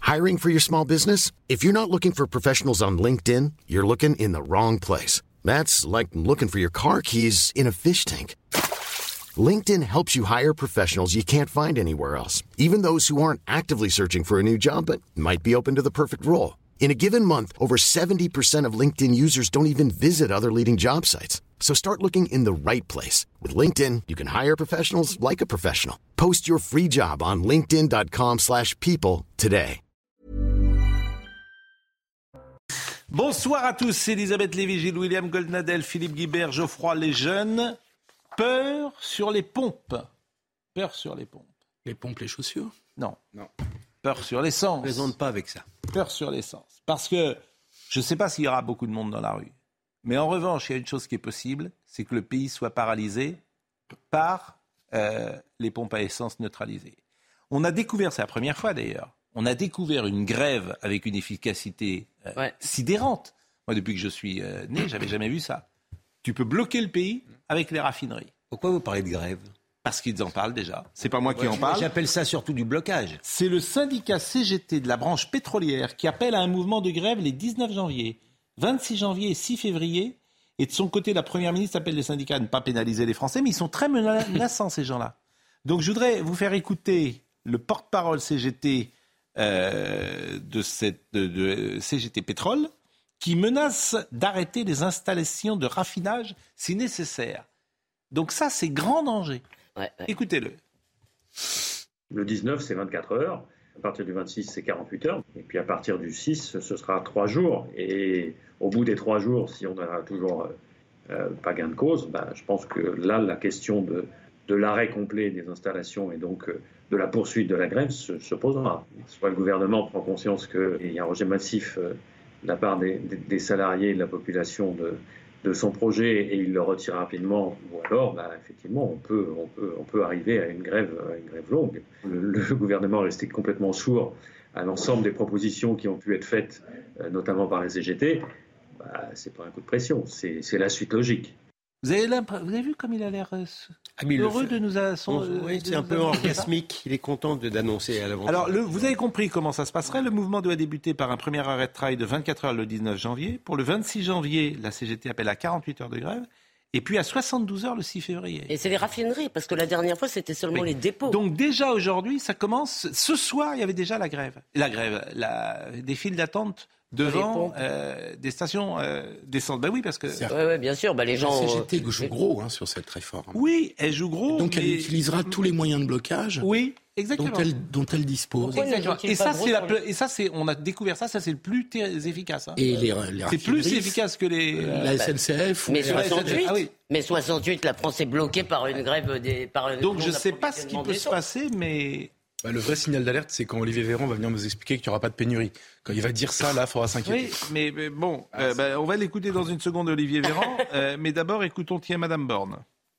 Hiring for your small business? If you're not looking for professionals on LinkedIn, you're looking in the wrong place. That's like looking for your car keys in a fish tank. LinkedIn helps you hire professionals you can't find anywhere else, even those who aren't actively searching for a new job but might be open to the perfect role. In a given month, over 70% of LinkedIn users don't even visit other leading job sites. So start looking in the right place. With LinkedIn, you can hire professionals like a professional. Post your free job on linkedin.com/people today. Bonsoir à tous, Elisabeth Lévy, Gilles William Goldnadel, Philippe Guibert, Geoffroy Lejeune. Peur sur les pompes. Peur sur les pompes. Les pompes, les chaussures ? Non. Peur sur l'essence. Ne plaisante pas avec ça. Peur sur l'essence. Parce que je ne sais pas s'il y aura beaucoup de monde dans la rue. Mais en revanche, il y a une chose qui est possible, c'est que le pays soit paralysé par les pompes à essence neutralisées. On a découvert, c'est la première fois d'ailleurs, on a découvert une grève avec une efficacité sidérante. Moi, depuis que je suis né, je n'avais jamais vu ça. Tu peux bloquer le pays avec les raffineries. Pourquoi vous parlez de grève ? Parce qu'ils en parlent déjà. C'est pas moi qui en parle. J'appelle ça surtout du blocage. C'est le syndicat CGT de la branche pétrolière qui appelle à un mouvement de grève les 19 janvier, 26 janvier et 6 février. Et de son côté, la Première ministre appelle les syndicats à ne pas pénaliser les Français, mais ils sont très menaçants, ces gens-là. Donc je voudrais vous faire écouter le porte-parole CGT de CGT Pétrole, qui menace d'arrêter les installations de raffinage si nécessaire. Donc ça, c'est grand danger. Ouais. Écoutez-le. Le 19, c'est 24 heures. À partir du 26, c'est 48 heures. Et puis à partir du 6, ce sera 3 jours. Et au bout des 3 jours, si on n'a toujours pas gain de cause, je pense que là, la question de l'arrêt complet des installations et donc de la poursuite de la grève se posera. Soit le gouvernement prend conscience qu'il y a un rejet massif de la part des salariés et de la population de son projet et il le retire rapidement, ou alors effectivement on peut arriver à une grève longue. Le gouvernement est resté complètement sourd à l'ensemble des propositions qui ont pu être faites, notamment par les CGT. C'est pas un coup de pression, c'est la suite logique. Vous avez vu comme il a l'air heureux de nous oui, c'est un peu orgasmique. Il est content d'annoncer à l'avance. Alors, vous avez compris comment ça se passerait. Le mouvement doit débuter par un premier arrêt de travail de 24 heures le 19 janvier. Pour le 26 janvier, la CGT appelle à 48 heures de grève. Et puis à 72 heures le 6 févriers. Et c'est les raffineries, parce que la dernière fois, c'était seulement les dépôts. Donc déjà aujourd'hui, ça commence. Ce soir, il y avait déjà la grève. Des files d'attente devant des stations d'essence. Oui, parce que... Oui, bien sûr. Les gens... La CGT joue gros sur cette réforme. Oui, elle joue gros. Donc elle utilisera tous les moyens de blocage exactement. dont elle dispose. On a découvert ça c'est le plus efficace. Et c'est plus efficace que les... la SNCF. Mais 68, mais 68, la France est bloquée par une grève Donc je ne sais pas ce qui peut se passer, mais... Le vrai signal d'alerte, c'est quand Olivier Véran va venir nous expliquer qu'il n'y aura pas de pénurie. Quand il va dire ça, là, il faudra s'inquiéter. Oui, mais bon, on va l'écouter dans une seconde, Olivier Véran. Mais d'abord, écoutons Madame Borne.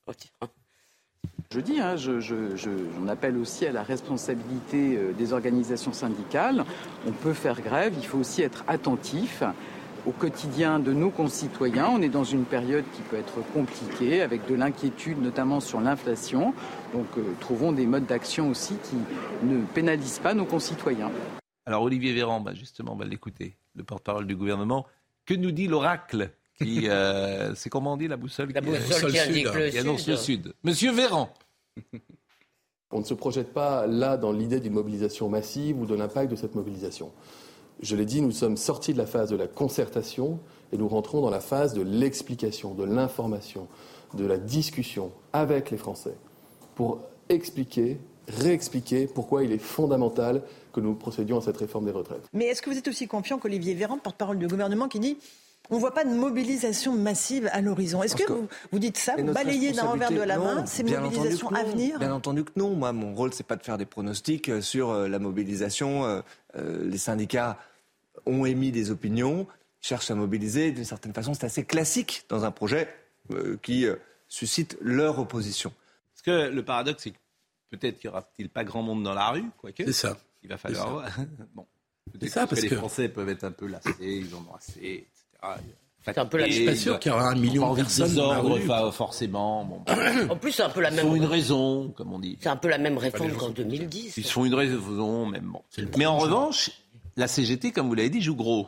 Je dis, on appelle aussi à la responsabilité des organisations syndicales. On peut faire grève, il faut aussi être attentif au quotidien de nos concitoyens. On est dans une période qui peut être compliquée, avec de l'inquiétude, notamment sur l'inflation. Donc, trouvons des modes d'action aussi qui ne pénalisent pas nos concitoyens. Alors, Olivier Véran, justement, on va l'écouter, le porte-parole du gouvernement. Que nous dit l'oracle qui, c'est comment on dit, la boussole qui indique le sud. Qui annonce le sud. Monsieur Véran. On ne se projette pas là dans l'idée d'une mobilisation massive ou de l'impact de cette mobilisation. Je l'ai dit, nous sommes sortis de la phase de la concertation et nous rentrons dans la phase de l'explication, de l'information, de la discussion avec les Français pour expliquer, réexpliquer pourquoi il est fondamental que nous procédions à cette réforme des retraites. Mais est-ce que vous êtes aussi confiant qu'Olivier Véran, porte-parole du gouvernement, qui dit on ne voit pas de mobilisation massive à l'horizon. Est-ce que vous dites ça, vous balayez d'un revers de la main ces mobilisations à venir ? Bien entendu que non. Moi, mon rôle, c'est pas de faire des pronostics sur la mobilisation. Les syndicats ont émis des opinions, cherchent à mobiliser. D'une certaine façon, c'est assez classique dans un projet qui suscite leur opposition. Parce que le paradoxe, c'est que peut-être qu'il n'y aura-t-il pas grand monde dans la rue, quoique. C'est ça. Il va falloir voir. Bon. Peut-être ça, parce que les Français peuvent être un peu lassés, ils en ont assez, etc. C'est un peu la... Je suis pas sûr qu'il y aura 1 million de personnes dans la rue. Forcément. Bon, en plus, c'est un peu la même... Ils font une raison, comme on dit. C'est un peu la même réforme qu'en 2010. Ils font une raison, même bon. Mais en revanche, la CGT, comme vous l'avez dit, joue gros.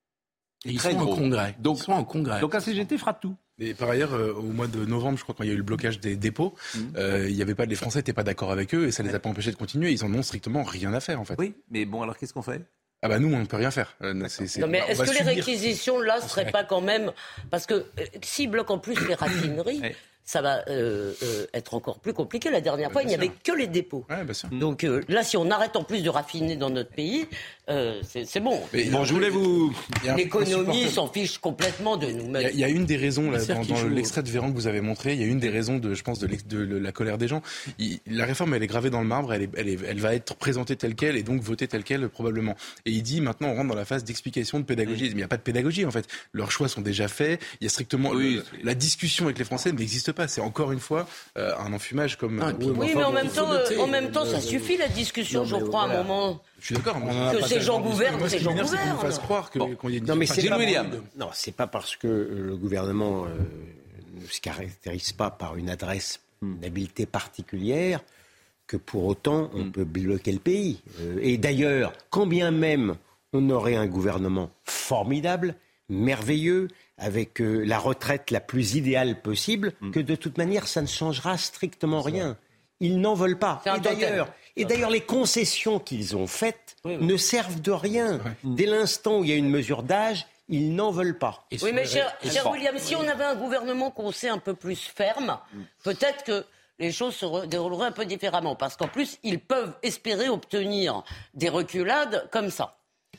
Et ils sont en congrès. Donc la CGT fera tout. Et par ailleurs, au mois de novembre, je crois, quand il y a eu le blocage des dépôts, les Français n'étaient pas d'accord avec eux et ça les a pas empêchés de continuer. Ils en ont strictement rien à faire, en fait. Oui, mais bon, alors qu'est-ce qu'on fait ? Ah bah nous, on ne peut rien faire. Non, mais est-ce que les réquisitions, là, ne seraient pas quand même... Parce que s'ils bloquent en plus les raffineries... ça va être encore plus compliqué. La dernière fois, il n'y avait que les dépôts. Ouais, bien sûr. Donc là, si on arrête en plus de raffiner dans notre pays, c'est bon. Bon, je voulais vous... L'économie s'en fiche complètement de nous-mêmes. Il y a une des raisons, là, dans l'extrait de Véran que vous avez montré, il y a une des raisons, je pense, de la colère des gens. La réforme, elle est gravée dans le marbre, elle va être présentée telle qu'elle et donc votée telle qu'elle, probablement. Et il dit, maintenant, on rentre dans la phase d'explication, de pédagogie. Mais il n'y a pas de pédagogie, en fait. Leurs choix sont déjà faits. Il y a strictement... la discussion avec les Français n'existe pas. C'est encore une fois un enfumage comme... Oui, mais en même temps, ça suffit la discussion, je crois, à un moment. Je suis d'accord. Que ces gens gouvernent, ces gens gouvernent. C'est qu'on nous fasse croire qu'il y a une... Non, mais c'est pas parce que le gouvernement ne se caractérise pas par une adresse, une habileté particulière, que pour autant on peut bloquer le pays. Et d'ailleurs, quand bien même on aurait un gouvernement formidable, merveilleux, avec la retraite la plus idéale possible, que de toute manière, ça ne changera strictement rien. Ils n'en veulent pas. Et d'ailleurs, les concessions qu'ils ont faites ne servent de rien. Dès l'instant où il y a une mesure d'âge, ils n'en veulent pas. Oui, mais cher William, si on avait un gouvernement qu'on sait un peu plus ferme, peut-être que les choses se dérouleraient un peu différemment. Parce qu'en plus, ils peuvent espérer obtenir des reculades comme ça.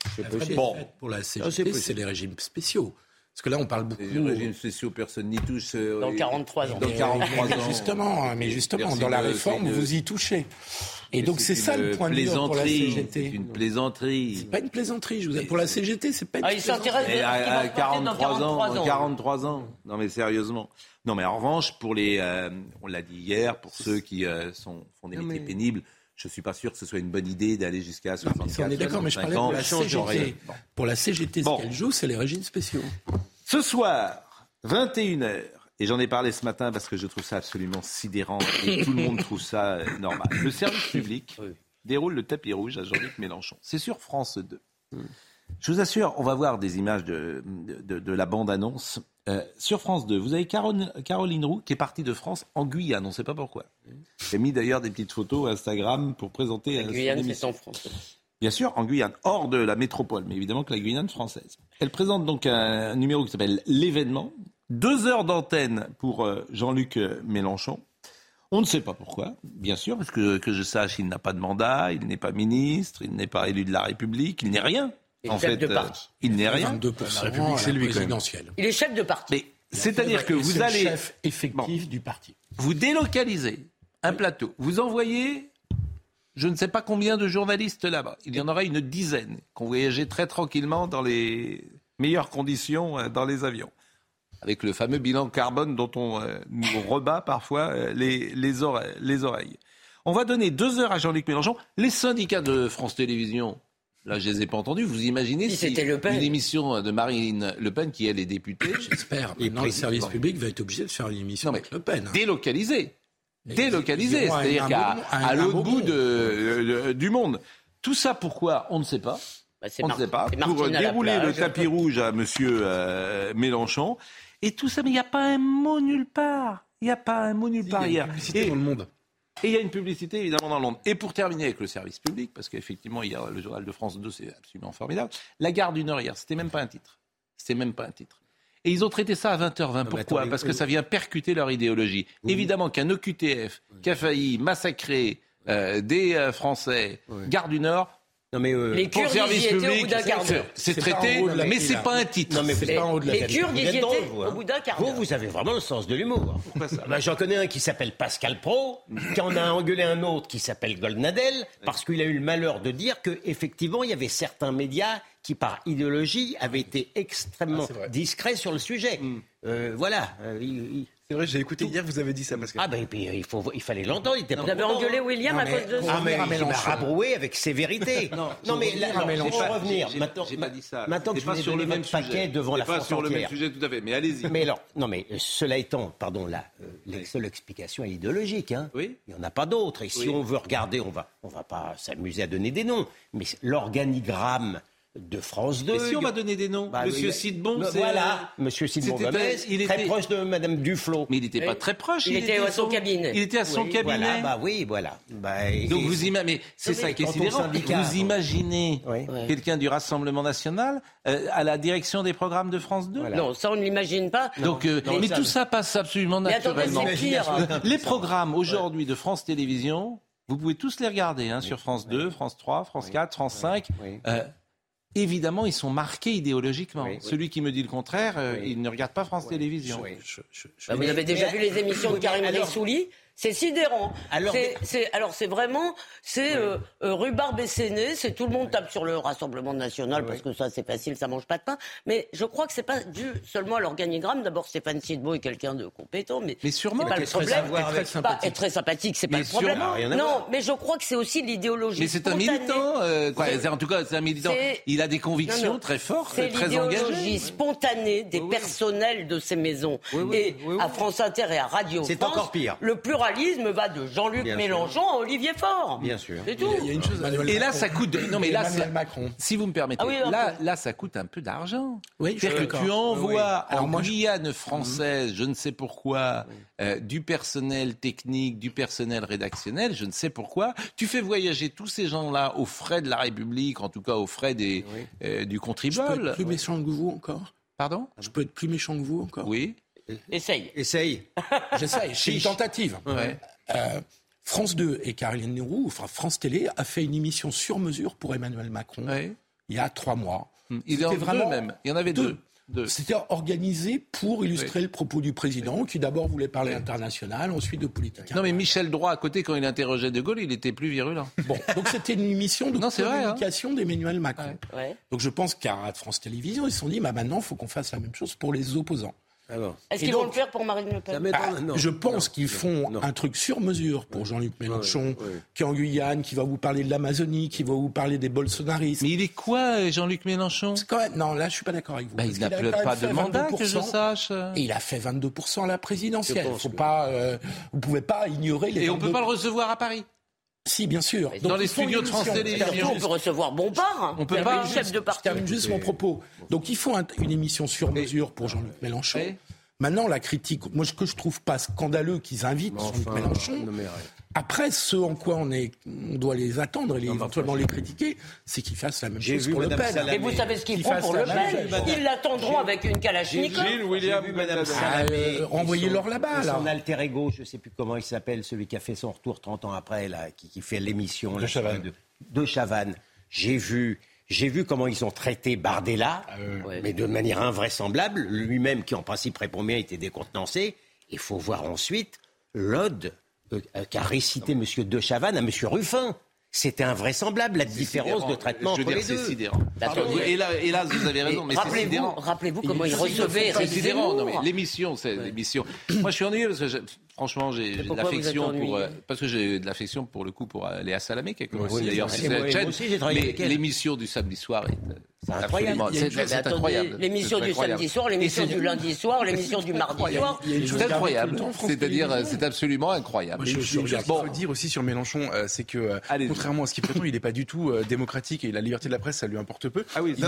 Pour la CGT, c'est les régimes spéciaux. Parce que là, on parle beaucoup... Les régimes spéciaux, personne n'y touche. Dans 43 ans. Dans 43 ans. Justement, dans la réforme, vous y touchez. Et donc, c'est ça le point de vue pour la CGT. C'est une plaisanterie. C'est pas une plaisanterie. Pour la CGT, c'est pas une plaisanterie. Il s'intéresse à 43 ans. Non, mais sérieusement. Non, mais en revanche, pour les... on l'a dit hier, pour ceux qui font des métiers pénibles, je ne suis pas sûr que ce soit une bonne idée d'aller jusqu'à 64 ans. On est d'accord, mais je parlais pour la CGT. Pour la CGT, ce qu'elle joue, c'est les régimes spéciaux. Ce soir, 21h, et j'en ai parlé ce matin parce que je trouve ça absolument sidérant et tout le monde trouve ça normal. Le service public déroule le tapis rouge à Jean-Luc Mélenchon. C'est sur France 2. Je vous assure, on va voir des images de la bande-annonce. Sur France 2, vous avez Caroline Roux qui est partie de France en Guyane, on ne sait pas pourquoi. Elle a mis d'ailleurs des petites photos Instagram pour présenter... La Guyane, c'est en France. Bien sûr, en Guyane, hors de la métropole, mais évidemment que la Guyane française. Elle présente donc un numéro qui s'appelle L'événement. 2 heures d'antenne pour Jean-Luc Mélenchon. On ne sait pas pourquoi, bien sûr, parce que je sache, il n'a pas de mandat, il n'est pas ministre, il n'est pas élu de la République, il n'est rien. Il est chef de parti. Il n'est rien. 22% la République, c'est lui présidentiel. Il est chef de parti. Mais c'est-à-dire que vous allez... le chef effectif du parti. Vous délocalisez un plateau, vous envoyez... Je ne sais pas combien de journalistes là-bas. Il y en aura une dizaine qui ont voyagé très tranquillement dans les meilleures conditions dans les avions. Avec le fameux bilan carbone dont on nous rebat parfois les oreilles. On va donner 2 heures à Jean-Luc Mélenchon. Les syndicats de France Télévisions, là je les ai pas entendus. Vous imaginez si une émission de Marine Le Pen qui elle est députée. J'espère. Maintenant le service public va être obligé de faire une émission avec Le Pen. Délocalisé, c'est-à-dire qu'à l'autre bout du monde. Tout ça pourquoi ? On ne sait pas. On ne sait pas. Pour dérouler le tapis rouge à monsieur Mélenchon. Et tout ça, mais il n'y a pas un mot nulle part. Il n'y a pas un mot nulle part. Il y a une publicité dans le monde. Et il y a une publicité évidemment dans le monde. Et pour terminer avec le service public, parce qu'effectivement, il y a le journal de France 2, c'est absolument formidable. La gare du Nord hier, c'était même pas un titre. Et ils ont traité ça à 20h20. Pourquoi ? Parce que ça vient percuter leur idéologie. Évidemment qu'un OQTF qui a failli massacrer des Français, gare du Nord, non mais les Kurdes y étaient au bout d'un quart d'heure. C'est traité, mais c'est pas un titre. Non mais c'est pas en haut de la les Kurdes y étaient au bout d'un quart d'heure. Vous avez vraiment le sens de l'humour. Pourquoi ça ? J'en connais un qui s'appelle Pascal Praud, qui en a engueulé un autre qui s'appelle Goldnadel, parce qu'il a eu le malheur de dire que effectivement il y avait certains médias qui par idéologie avaient été extrêmement discrets sur le sujet. Voilà. C'est vrai, j'ai écouté hier, vous avez dit ça, Pascal. Ah ben puis il fallait l'entendre. Vous avez engueulé William à cause de ça. Ah mais il m'a rabroué avec sévérité. Non mais là, pour en revenir, j'ai pas dit ça. Maintenant que je vais donner votre paquet devant la France entière. Pas sur le même sujet tout à fait, mais allez-y. Mais alors, cela étant, pardon, la seule explication est idéologique. Oui. Il n'y en a pas d'autre. Et si on veut regarder, on va pas s'amuser à donner des noms. Mais l'organigramme de France 2. Et si on va donner des noms, Monsieur Sidbon, voilà, Monsieur Sidbon Gomez, il était très proche de Madame Duflot. Mais il n'était pas très proche. Il était à son cabinet. Il était à son cabinet. Voilà. Donc vous imaginez, mais c'est ça qui est sidérant. Vous imaginez quelqu'un du Rassemblement national à la direction des programmes de France 2 ? Non, ça on ne l'imagine pas. Donc, mais tout ça passe absolument naturellement. Mais attendez, c'est pire. Les programmes aujourd'hui de France Télévisions, vous pouvez tous les regarder sur France 2, France 3, France 4, France 5. Évidemment, ils sont marqués idéologiquement. Celui qui me dit le contraire, il ne regarde pas France Télévisions. Vous avez déjà vu les émissions de Karim Rissouli ? C'est sidérant. C'est vraiment rhubarbe besséné, c'est tout le monde tape sur le Rassemblement national parce que ça c'est facile, ça mange pas de pain. Mais je crois que c'est pas dû seulement à l'organigramme. D'abord, Stéphane Sidbon est quelqu'un de compétent, mais sûrement, c'est pas le problème. Est très sympathique, c'est pas le problème. Non, mais je crois que c'est aussi l'idéologie. Mais c'est un militant. En tout cas, c'est un militant. Il a des convictions très fortes, très engagées. C'est l'idéologie spontanée des personnels de ces maisons. Et à France Inter et à Radio France, c'est encore pire. Le pluralisme va de Jean-Luc Mélenchon à Olivier Faure. Bien sûr. C'est tout. Il y a une chose. Et là, ça coûte. Non, mais là, Macron. Si vous me permettez, là, ça coûte un peu d'argent. Oui, c'est-à-dire que tu envoies en Guyane française, je ne sais pourquoi, du personnel technique, du personnel rédactionnel, je ne sais pourquoi. Tu fais voyager tous ces gens-là aux frais de la République, en tout cas aux frais du contribuable. Je peux être plus méchant que vous encore. Pardon ? Je peux être plus méchant que vous encore. Oui. Essaye. J'essaye. C'est une tentative. France 2 et Caroline Roux, France Télé, a fait une émission sur mesure pour Emmanuel Macron il y a 3 mois. Il y en avait deux. C'était organisé pour illustrer le propos du président, qui d'abord voulait parler international, ensuite de politique. Non, mais Michel Droit, à côté, quand il interrogeait De Gaulle, il était plus virulent. Bon, donc c'était une émission de communication d'Emmanuel Macron. Donc je pense qu'à France Télévisions, ils se sont dit, maintenant, il faut qu'on fasse la même chose pour les opposants. Est-ce qu'ils vont le faire pour Marine Le Pen ? Je pense qu'ils font un truc sur mesure pour Jean-Luc Mélenchon, qui est en Guyane, qui va vous parler de l'Amazonie, qui va vous parler des bolsonaristes. Mais il est quoi, Jean-Luc Mélenchon ? Non, là, je suis pas d'accord avec vous. Il n'a pas de mandat, que je sache. Et il a fait 22% à la présidentielle. Vous pouvez pas ignorer les. Et on peut pas le recevoir à Paris ? Si, bien sûr. Dans les studios de France Télévisions. On peut recevoir Bompard. On peut pas. Chef de parti. Je termine juste mon propos. Donc, ils font une émission sur mesure pour Jean-Luc Mélenchon. Maintenant, la critique, moi, ce que je trouve pas scandaleux qu'ils invitent Jean-Luc Mélenchon. Après, ce en quoi on doit les attendre et éventuellement les critiquer, c'est qu'ils fassent la même chose pour Le Pen. Et vous savez ce qu'ils font pour Le Pen ? Ils l'attendront avec une Kalachnikov. Envoyez-leur là-bas. Son alter ego, je ne sais plus comment il s'appelle, celui qui a fait son retour 30 ans après, là, qui fait l'émission de Chavannes. J'ai vu comment ils ont traité Bardella, mais de manière invraisemblable. Lui-même, qui en principe répond bien, était décontenancé. Il faut voir ensuite l'ode qu'a récité M. de Chavannes à M. Ruffin. C'était invraisemblable, la différence de traitement entre les deux. C'est sidérant. Hélas, vous avez raison, mais c'est sidérant. Rappelez-vous comment il recevait. C'est sidérant. Non, mais l'émission, c'est l'émission. Moi, je suis ennuyeux parce que franchement, j'ai de l'affection pour parce que j'ai de l'affection pour le coup pour Léa Salamé qui a commencé d'ailleurs sur cette chaîne. Mais l'émission du samedi soir c'est incroyable. L'émission du samedi soir, l'émission du lundi soir, l'émission du mardi soir. C'est incroyable. C'est-à-dire, c'est absolument incroyable. Ce qu'il faut dire aussi sur Mélenchon, c'est que contrairement à ce qu'il prétend, il n'est pas du tout démocratique et la liberté de la presse, ça lui importe peu.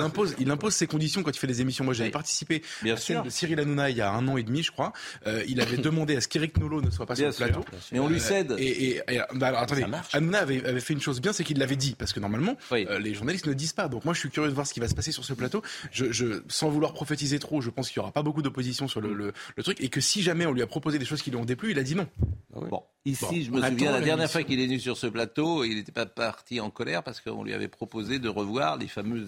Il impose ses conditions quand il fait des émissions. Moi, j'avais participé à celle de Cyril Hanouna il y a 1 an et demi, je crois. Il avait demandé à ce qu'Éric Nolot ne soit pas sur le plateau. Mais on lui cède. Attendez, Hanouna avait fait une chose bien, c'est qu'il l'avait dit, parce que normalement, les journalistes ne disent pas. Donc moi, je suis curieux de voir ce qui va se passer sur ce plateau. Sans vouloir prophétiser trop, je pense qu'il n'y aura pas beaucoup d'opposition sur le truc, et que si jamais on lui a proposé des choses qui lui ont déplu, il a dit non. Bon, ici, je me souviens, la dernière fois qu'il est venu sur ce plateau, il n'était pas parti en colère parce qu'on lui avait proposé de revoir les fameuses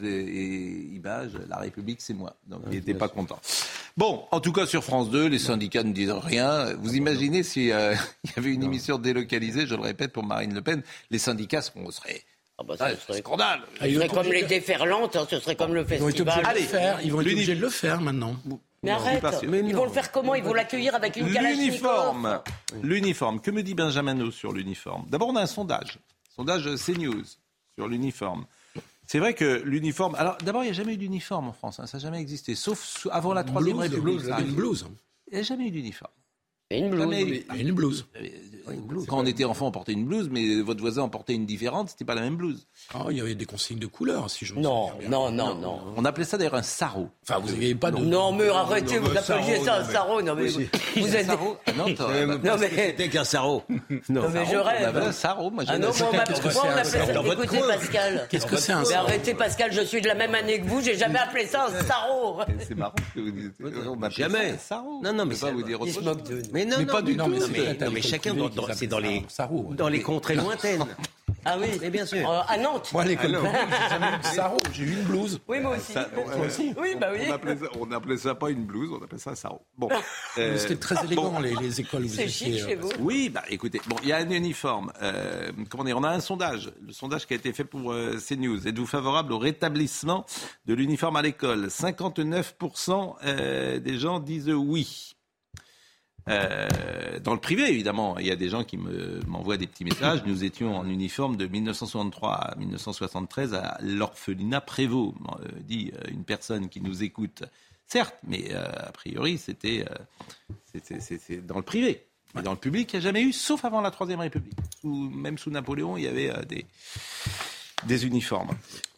images « La République, c'est moi ». Donc, il n'était pas content. Bon, en tout cas, sur France 2, les syndicats ne disent rien. Vous imaginez s'il y avait une émission délocalisée, je le répète, pour Marine Le Pen, les syndicats seraient... ce serait scandale. Ce serait comme les déferlantes, ce serait comme le festival. Ils vont être obligés de le faire maintenant. Mais arrête, ils vont le faire comment ? Ils vont l'accueillir avec une Kalachnikov. L'uniforme. Que me dit Benjamin sur l'uniforme ? D'abord, on a un sondage CNews sur l'uniforme. C'est vrai que l'uniforme... Alors, d'abord, il n'y a jamais eu d'uniforme en France. Ça n'a jamais existé, sauf avant la Troisième République. Une blouse. Il n'y a jamais eu d'uniforme. Et une blouse. Une blouse. Quand on était enfant, on portait une blouse, mais votre voisin en portait une différente, c'était pas la même blouse. Oh, il y avait des consignes de couleur, si je me souviens bien. Non. On appelait ça d'ailleurs un sarrau. Enfin, vous n'aviez pas de... Non, mais arrêtez, vous appeliez ça un sarrau. Non, mais vous êtes... Non, mais c'était qu'un sarrau. Non, mais je rêve. On avait un sarrau, moi. Ah non, moi, on appelait ça... Écoutez, Pascal. Qu'est-ce que c'est un Mais sarrau? arrêtez, Pascal, je suis de la même année que vous, j'ai jamais appelé ça un sarau. C'est marrant ce que vous dites. Jamais. Non, mais pas vous dire autre Il se chose. moque de nous. Mais non, pas du tout. Non, mais chacun, c'est dans les contrées lointaines. Ah oui, mais bien sûr. À Nantes. Moi, à l'école, j'ai jamais eu de sarrau, j'ai eu une blouse. Oui, moi aussi. Oui, bah oui. On n'appelait ça pas une blouse, on appelait ça un sarrau. Bon. C'était très élégant, les écoles où vous C'est étiez. chic chez vous. Oui, bah écoutez, bon, il y a un uniforme. Comment dire, on a un sondage. Le sondage qui a été fait pour CNews. Êtes-vous favorable au rétablissement de l'uniforme à l'école? 59% des gens disent oui. Dans le privé, évidemment, il y a des gens qui m'envoient des petits messages. Nous étions en uniforme de 1963 à 1973 à l'orphelinat Prévost, dit une personne qui nous écoute. Certes, mais a priori, c'était dans le privé. Mais dans le public, il n'y a jamais eu, sauf avant la Troisième République. Même sous Napoléon, il y avait des uniformes.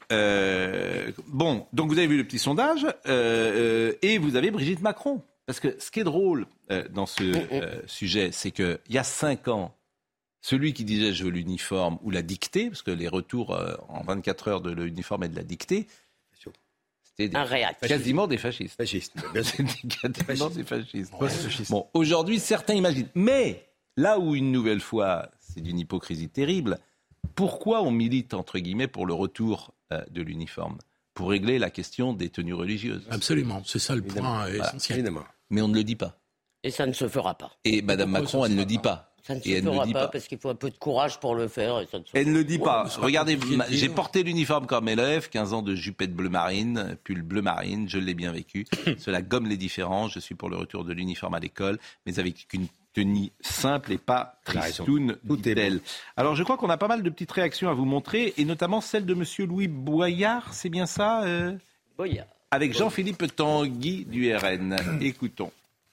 Bon, donc vous avez vu le petit sondage, et vous avez Brigitte Macron. Parce que ce qui est drôle dans ce sujet, c'est qu'il y a 5 ans, celui qui disait « je veux l'uniforme » ou la dictée, parce que les retours en 24 heures de l'uniforme et de la dictée, c'était quasiment des fascistes. Quasiment des fascistes. Bon, aujourd'hui, certains imaginent. Mais là où, une nouvelle fois, c'est d'une hypocrisie terrible, pourquoi on milite, entre guillemets, pour le retour de l'uniforme? Pour régler la question des tenues religieuses. Absolument, c'est ça le point essentiel. Évidemment. Mais on ne le dit pas. Et ça ne se fera pas. Et Mme Macron, elle ne le dit pas. Ça ne se fera pas parce qu'il faut un peu de courage pour le faire. Et ça ne se elle ne le dit pas. Regardez, j'ai porté l'uniforme comme élève, 15 ans de jupette bleu marine, pull bleu marine, je l'ai bien vécu. Cela gomme les différences, je suis pour le retour de l'uniforme à l'école, mais avec une tenue simple et pas tristoun, dit-elle. Alors je crois qu'on a pas mal de petites réactions à vous montrer, et notamment celle de M. Louis Boyard, c'est bien ça Boyard. Avec Jean-Philippe Tanguy du RN. Écoutons.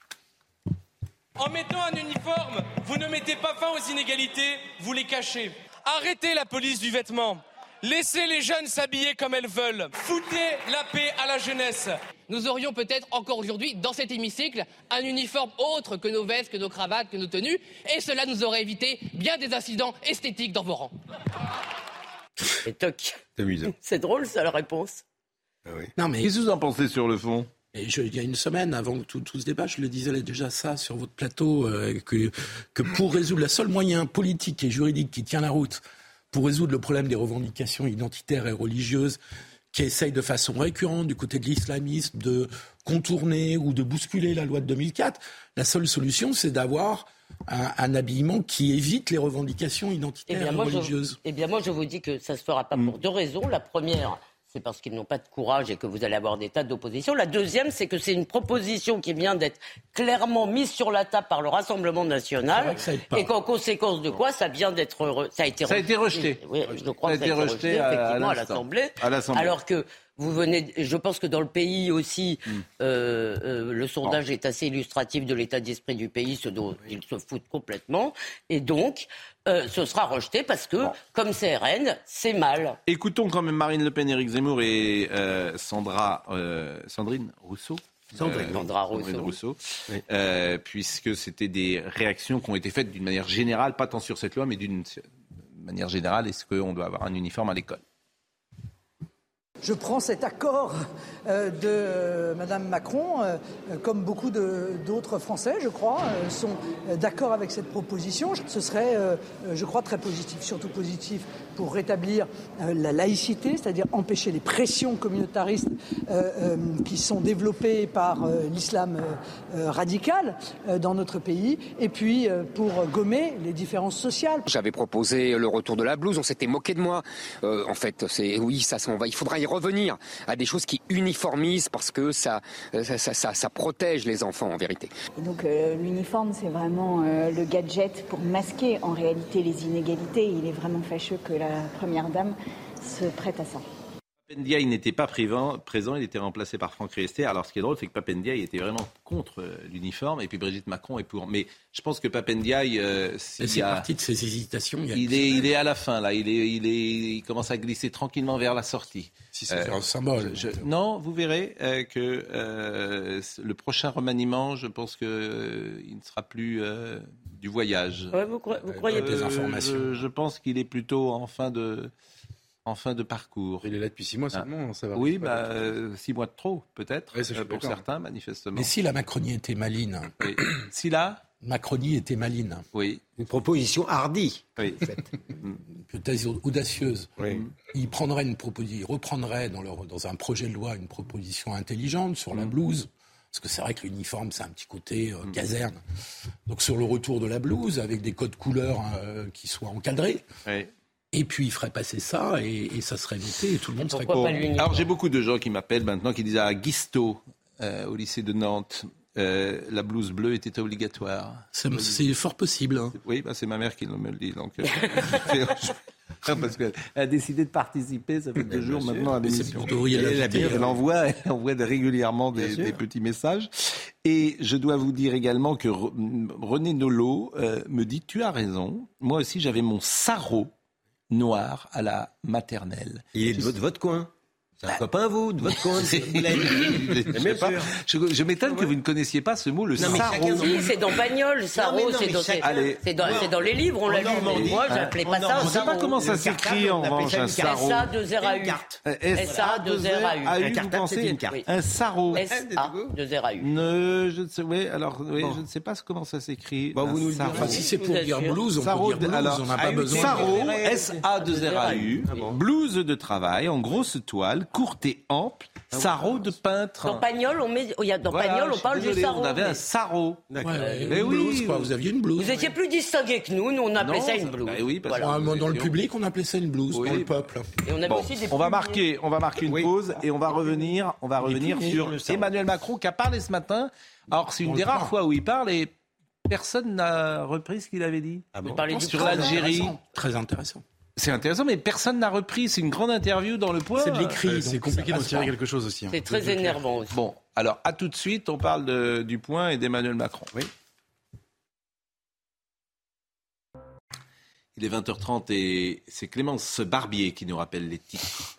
En mettant un uniforme, vous ne mettez pas fin aux inégalités, vous les cachez. Arrêtez la police du vêtement. Laissez les jeunes s'habiller comme elles veulent. Foutez la paix à la jeunesse. Nous aurions peut-être encore aujourd'hui, dans cet hémicycle, un uniforme autre que nos vestes, que nos cravates, que nos tenues, et cela nous aurait évité bien des incidents esthétiques dans vos rangs. Et toc. C'est amusant. C'est drôle, ça, la réponse. Ah oui. Non, mais Qu'est-ce que vous en pensez sur le fond? Et il y a une semaine, avant tout ce débat, je le disais déjà ça sur votre plateau, que pour résoudre, le seul moyen politique et juridique qui tient la route pour résoudre le problème des revendications identitaires et religieuses qui essayent de façon récurrente du côté de l'islamisme de contourner ou de bousculer la loi de 2004, la seule solution, c'est d'avoir un habillement qui évite les revendications identitaires et religieuses. Moi, je vous dis que ça ne se fera pas pour 2 raisons. La première, c'est parce qu'ils n'ont pas de courage et que vous allez avoir des tas d'oppositions. La deuxième, c'est que c'est une proposition qui vient d'être clairement mise sur la table par le Rassemblement national et qu'en conséquence de quoi, ça vient d'être... Ça a été rejeté. Oui, je crois que ça a été rejeté effectivement à l'Assemblée. Alors que vous venez... Je pense que dans le pays aussi, le sondage est assez illustratif de l'état d'esprit du pays, ce dont ils se foutent complètement. Et donc... ce sera rejeté parce que, comme CRN, c'est mal. Écoutons quand même Marine Le Pen, Éric Zemmour et Sandrine Rousseau. Sandrine Rousseau. Oui. Puisque c'était des réactions qui ont été faites d'une manière générale, pas tant sur cette loi, mais d'une manière générale, est-ce qu'on doit avoir un uniforme à l'école? Je prends cet accord de Mme Macron, comme beaucoup d'autres Français, je crois, sont d'accord avec cette proposition. Ce serait, je crois, très positif, surtout positif pour rétablir la laïcité, c'est-à-dire empêcher les pressions communautaristes qui sont développées par l'islam radical dans notre pays, et puis pour gommer les différences sociales. J'avais proposé le retour de la blouse, on s'était moqué de moi. En fait, il faudra y revenir à des choses qui uniformisent parce que ça protège les enfants en vérité. Et donc l'uniforme, c'est vraiment le gadget pour masquer en réalité les inégalités. Il est vraiment fâcheux que la Première Dame se prête à ça. Ndiaye n'était pas présent, il était remplacé par Franck Riester. Alors, ce qui est drôle, c'est que Pape Ndiaye était vraiment contre l'uniforme, et puis Brigitte Macron est pour. Mais je pense que Pape Ndiaye, c'est partie de ses hésitations. Il est à la fin, là. Il commence à glisser tranquillement vers la sortie. Si c'est un symbole. Non, vous verrez que le prochain remaniement, je pense qu'il ne sera plus du voyage. Ouais, vous croyez des informations. Je pense qu'il est plutôt en fin de parcours. Il est là depuis 6 mois seulement, ça va. Oui, 6 mois de trop, peut-être, pour certains, manifestement. Mais si la Macronie était maline. Oui. Si la Macronie était maline. Oui. Une proposition hardie. Oui. Peut-être audacieuse. Oui. Ils reprendraient dans un projet de loi une proposition intelligente sur la blouse. Parce que c'est vrai que l'uniforme, c'est un petit côté caserne. Donc sur le retour de la blouse, avec des codes couleurs qui soient encadrés. Oui. Et puis il ferait passer ça et ça serait voté et tout le monde serait content. Alors j'ai beaucoup de gens qui m'appellent maintenant qui disent à Guisto, au lycée de Nantes, la blouse bleue était obligatoire. C'est fort possible. Hein. Oui, c'est ma mère qui me le dit. Donc, parce qu'elle a décidé de participer, ça fait 2 jours maintenant à l'émission. Elle envoie régulièrement des petits messages. Et je dois vous dire également que René Nolot me dit, tu as raison, moi aussi j'avais mon sarrau noir à la maternelle. Il est de votre coin. C'est un copain, vous, de votre coin. Je m'étonne que vous ne connaissiez pas ce mot, le sarrau. C'est dans Pagnol, sarrau, c'est dans les livres, on l'a lu. Moi, je n'appelais pas ça un sarrau. Je ne sais pas comment ça s'écrit en revanche, un sarrau. SA2RAU. SA2RAU, vous pensez un sarrau. SA2RAU. Je ne sais pas comment ça s'écrit. Si c'est pour dire blouse, on peut dire blouse, on n'a pas besoin. Sarrau, SA2RAU, blouse de travail en grosse toile, courte et ample, sarrau de peintre. Dans Pagnol, on parle du sarrau. On avait un sarrau. Mais oui, vous aviez une blouse. Vous étiez plus distingué que nous on appelait ça une blouse. Dans le public, on appelait ça une blouse, dans le peuple. On va marquer une pause et on va revenir sur Emmanuel Macron qui a parlé ce matin. Alors c'est une des rares fois où il parle et personne n'a repris ce qu'il avait dit. Sur l'Algérie. Très intéressant. C'est intéressant, mais personne n'a repris. C'est une grande interview dans Le Point. C'est de l'écrit. C'est compliqué d'en tirer quelque chose aussi. C'est très énervant aussi. Bon, alors à tout de suite. On parle du Point et d'Emmanuel Macron. Oui. Il est 20h30 et c'est Clémence Barbier qui nous rappelle les titres.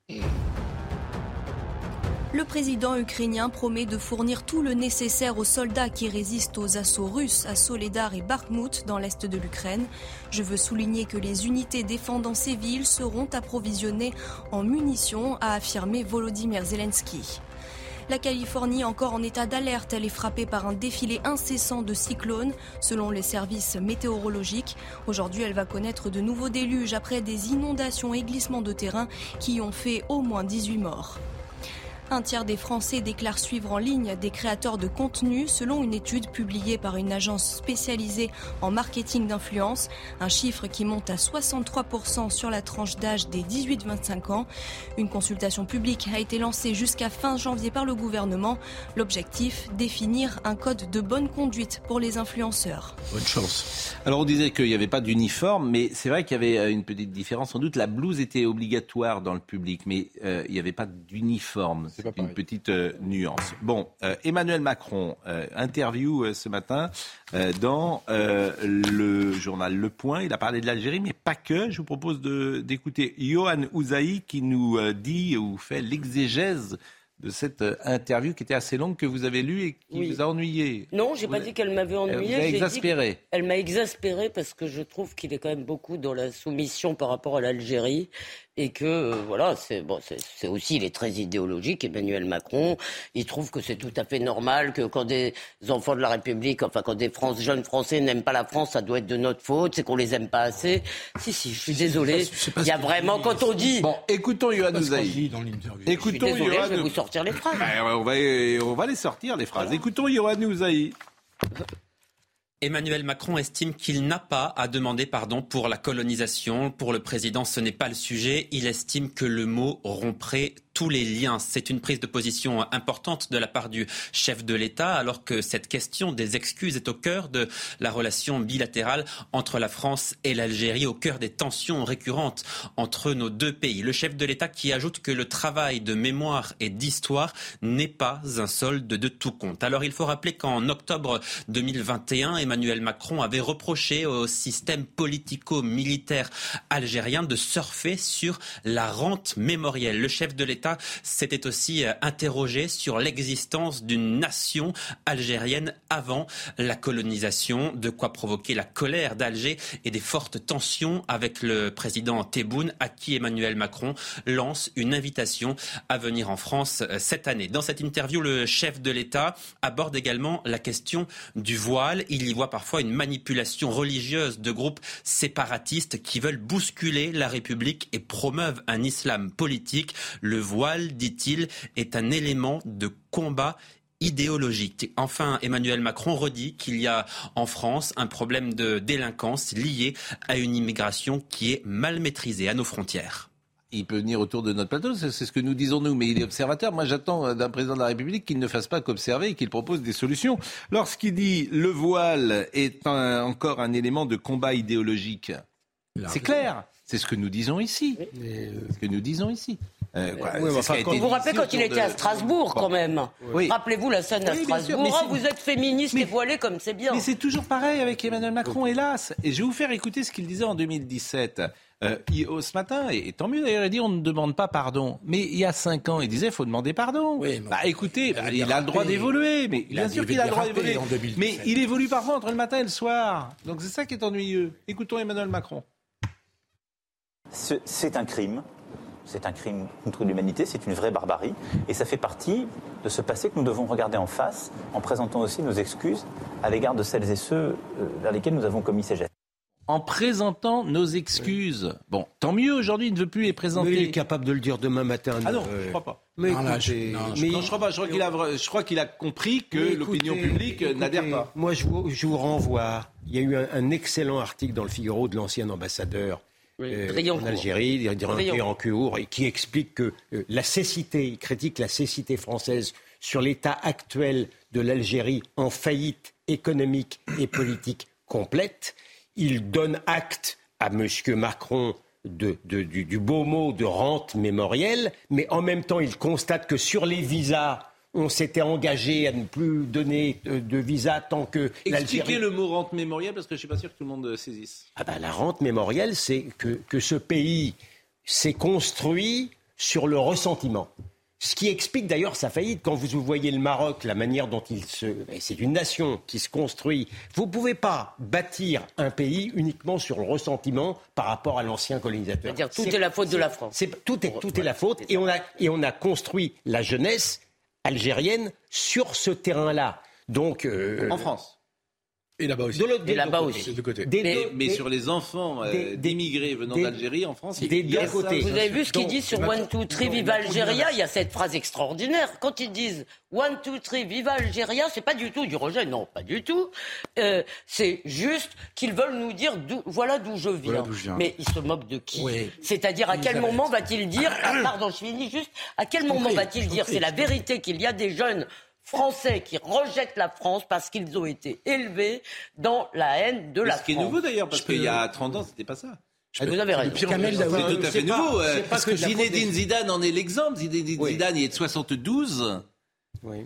Le président ukrainien promet de fournir tout le nécessaire aux soldats qui résistent aux assauts russes à Soledar et Bakhmout dans l'est de l'Ukraine. Je veux souligner que les unités défendant ces villes seront approvisionnées en munitions, a affirmé Volodymyr Zelensky. La Californie, encore en état d'alerte, elle est frappée par un défilé incessant de cyclones, selon les services météorologiques. Aujourd'hui, elle va connaître de nouveaux déluges après des inondations et glissements de terrain qui ont fait au moins 18 morts. Un tiers des Français déclarent suivre en ligne des créateurs de contenu, selon une étude publiée par une agence spécialisée en marketing d'influence. Un chiffre qui monte à 63% sur la tranche d'âge des 18-25 ans. Une consultation publique a été lancée jusqu'à fin janvier par le gouvernement. L'objectif, définir un code de bonne conduite pour les influenceurs. Bonne chance. Alors on disait qu'il n'y avait pas d'uniforme, mais c'est vrai qu'il y avait une petite différence. Sans doute la blouse était obligatoire dans le public, mais il n'y avait pas d'uniforme. C'est une petite nuance. Bon, Emmanuel Macron, interview ce matin dans le journal Le Point. Il a parlé de l'Algérie, mais pas que. Je vous propose d'écouter Yohann Ouzaï qui nous dit ou fait l'exégèse de cette interview qui était assez longue, que vous avez lue et qui vous a ennuyé. Non, j'ai pas dit qu'elle m'avait ennuyé. Elle vous a exaspéré. Elle m'a exaspéré parce que je trouve qu'il est quand même beaucoup dans la soumission par rapport à l'Algérie. Et que, c'est aussi, il est très idéologique, Emmanuel Macron. Il trouve que c'est tout à fait normal que quand des enfants de la République, quand des jeunes Français n'aiment pas la France, ça doit être de notre faute, c'est qu'on les aime pas assez. Si, je suis désolé. Il y a vraiment, quand on dit... Bon, écoutons Yohann Ouzaï. Écoutons Yohann. Je vais vous sortir les phrases. On va les sortir, les phrases. Écoutons Yohann Ouzaï. Emmanuel Macron estime qu'il n'a pas à demander pardon pour la colonisation. Pour le président, ce n'est pas le sujet. Il estime que le mot romprait tous les liens. C'est une prise de position importante de la part du chef de l'État, alors que cette question des excuses est au cœur de la relation bilatérale entre la France et l'Algérie, au cœur des tensions récurrentes entre nos deux pays. Le chef de l'État qui ajoute que le travail de mémoire et d'histoire n'est pas un solde de tout compte. Alors il faut rappeler qu'en octobre 2021, Emmanuel Macron avait reproché au système politico-militaire algérien de surfer sur la rente mémorielle. Le chef de l'État s'était aussi interrogé sur l'existence d'une nation algérienne avant la colonisation, de quoi provoquer la colère d'Alger et des fortes tensions avec le président Tebboune, à qui Emmanuel Macron lance une invitation à venir en France cette année. Dans cette interview, le chef de l'État aborde également la question du voile. Il y voit parfois une manipulation religieuse de groupes séparatistes qui veulent bousculer la République et promeuvent un islam politique. Le voile, dit-il, est un élément de combat idéologique. Enfin, Emmanuel Macron redit qu'il y a en France un problème de délinquance lié à une immigration qui est mal maîtrisée à nos frontières. Il peut venir autour de notre plateau, c'est ce que nous disons nous, mais il est observateur. Moi, j'attends d'un président de la République qu'il ne fasse pas qu'observer et qu'il propose des solutions. Lorsqu'il dit le voile est encore un élément de combat idéologique, c'est clair. C'est ce que nous disons ici. Ce que nous disons ici. Vous vous rappelez quand il était à Strasbourg, quand même. Oui. Rappelez-vous la scène à Strasbourg. Vous êtes féministe et voilée comme c'est bien. Mais c'est toujours pareil avec Emmanuel Macron, hélas. Et je vais vous faire écouter ce qu'il disait en 2017. Ce matin, et tant mieux d'ailleurs, il dit on ne demande pas pardon. Mais il y a 5 ans, il disait il faut demander pardon. Oui, écoutez, il a le droit d'évoluer. Mais bien sûr qu'il a le droit d'évoluer. Mais il évolue parfois entre le matin et le soir. Donc c'est ça qui est ennuyeux. Écoutons Emmanuel Macron. C'est un crime. C'est un crime contre l'humanité, c'est une vraie barbarie. Et ça fait partie de ce passé que nous devons regarder en face, en présentant aussi nos excuses à l'égard de celles et ceux vers lesquels nous avons commis ces gestes. En présentant nos excuses. Bon, tant mieux, aujourd'hui, il ne veut plus les présenter. Mais il est capable de le dire demain matin. Ah non, je ne crois pas. Mais non, je crois pas. Je crois qu'il a compris que l'opinion publique n'adhère pas. Moi, je vous renvoie. Il y a eu un excellent article dans le Figaro de l'ancien ambassadeur en Algérie, Driancourt, et qui explique que la cécité, il critique la cécité française sur l'état actuel de l'Algérie en faillite économique et politique complète. Il donne acte à M. Macron du beau mot de rente mémorielle, mais en même temps, il constate que sur les visas, on s'était engagé à ne plus donner de visa tant que l'Algérie... Expliquez le mot rente mémorielle, parce que je ne suis pas sûr que tout le monde saisisse. La rente mémorielle, c'est que ce pays s'est construit sur le ressentiment. Ce qui explique d'ailleurs sa faillite. Quand vous voyez le Maroc, la manière dont c'est une nation qui se construit. Vous ne pouvez pas bâtir un pays uniquement sur le ressentiment par rapport à l'ancien colonisateur. C'est-à-dire tout est la faute de la France. Tout est la faute. Et on a construit la jeunesse algérienne sur ce terrain-là. Donc, en France. Et là-bas aussi. Et là-bas aussi. Mais sur les enfants d'immigrés venant d'Algérie en France, des deux côtés. Vous avez vu ce qu'ils disent sur 1, 2, 3, viva Algéria? Il y a cette phrase extraordinaire. Quand ils disent 1, 2, 3, viva Algéria, c'est pas du tout du rejet. Non, pas du tout. C'est juste qu'ils veulent nous dire voilà d'où je viens. Mais ils se moquent de qui? C'est-à-dire à quel moment va-t-il dire pardon, je finis juste. À quel moment va-t-il dire c'est la vérité qu'il y a des jeunes Français qui rejettent la France parce qu'ils ont été élevés dans la haine de la France. Ce qui est nouveau d'ailleurs, parce qu'il y a 30 ans, c'était pas ça. Vous avez raison. C'est tout à fait nouveau. Parce que Zinedine Zidane en est l'exemple. Zinedine Zidane, il est de 72. Oui.